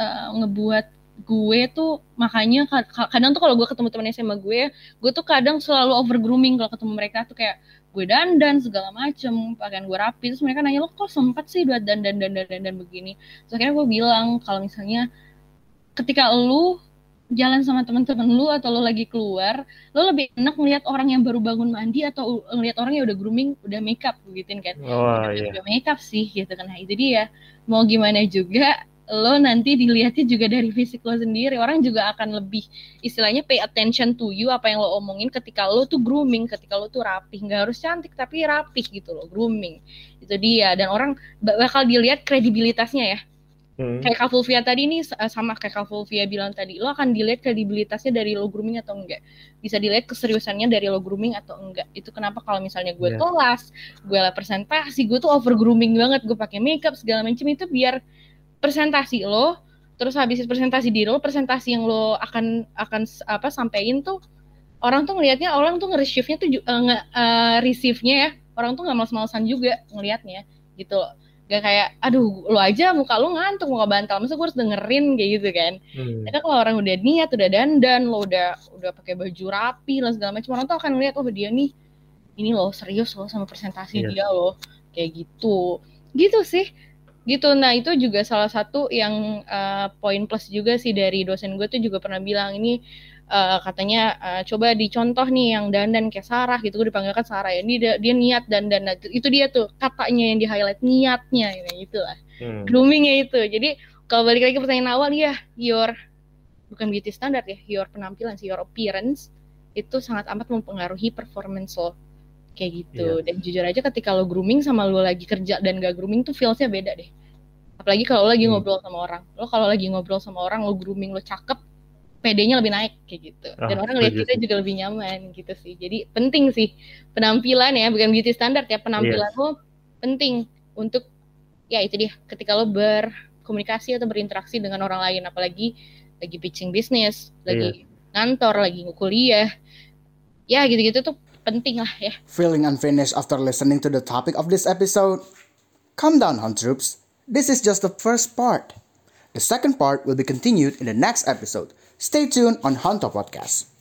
ngebuat gue tuh, makanya kadang tuh kalau gue ketemu temen SMA gue tuh kadang selalu over grooming kalau ketemu mereka tuh, kayak gue dandan segala macem, pakaian gue rapi, terus mereka nanya lo kok sempat sih buat dandan begini. Terus akhirnya gue bilang kalau misalnya ketika lu jalan sama teman-teman lu atau lu lagi keluar, lu lebih enak ngeliat orang yang baru bangun mandi atau ngeliat orang yang udah grooming, udah makeup gituin kan. Udah makeup sih gitu kan. Nah, itu dia. Mau gimana juga lo nanti dilihatnya juga dari fisik lo sendiri. Orang juga akan lebih istilahnya pay attention to you, apa yang lo omongin ketika lo tuh grooming, ketika lo tuh rapih. Nggak harus cantik tapi rapih gitu lo, grooming. Itu dia. Dan orang bakal dilihat kredibilitasnya ya. Kayak Kak Fulvia tadi nih, sama kayak Kak Fulvia bilang tadi, lo akan dilihat kredibilitasnya dari lo grooming atau enggak, bisa dilihat keseriusannya dari lo grooming atau enggak. Itu kenapa kalau misalnya gue kelas, gue lah presentasi, gue tuh over grooming banget, gue pakai makeup segala macam, itu biar presentasi lo, terus habis presentasi diri lo, presentasi yang lo akan sampein tuh, orang tuh ngelihatnya, orang tuh nge-receive-nya tuh receive-nya ya, orang tuh nggak males-malesan juga ngelihatnya gitu loh. Gak kayak, aduh lo aja muka lo ngantuk, muka bantal, masa gue harus dengerin kayak gitu kan. Karena kalau orang udah niat, udah dandan, lo udah pakai baju rapi lah segala macam, orang tuh akan ngeliat, oh dia nih ini lo serius lo sama presentasi dia lo kayak gitu sih gitu. Nah itu juga salah satu yang poin plus juga sih dari dosen gue tuh, juga pernah bilang ini katanya coba dicontoh nih yang dandan kayak Sarah gitu, gue dipanggilkan Sarah ya, ini dia niat dandan, itu dia tuh katanya yang di highlight, niatnya ya, itulah groomingnya itu. Jadi kalau balik lagi ke pertanyaan awal ya, your bukan beauty standard ya, your penampilan sih, your appearance itu sangat amat mempengaruhi performance lo kayak gitu. Dan jujur aja ketika lo grooming sama lo lagi kerja dan gak grooming tuh feelsnya beda deh. Apalagi kalau lo lagi ngobrol sama orang, lo kalau lagi ngobrol sama orang lo grooming, lo cakep, PD-nya lebih naik kayak gitu. Dan orang lihat kita juga lebih nyaman gitu sih. Jadi penting sih penampilan ya, bukan beauty standard ya, penampilan lo penting untuk ya itu dia, ketika lo berkomunikasi atau berinteraksi dengan orang lain, apalagi lagi pitching bisnis, lagi ngantor, lagi kuliah. Ya gitu-gitu tuh penting lah ya. Feeling unfinished after listening to the topic of this episode? Calm down, Hunt Troops. This is just the first part. The second part will be continued in the next episode. Stay tuned on Hunter Podcast.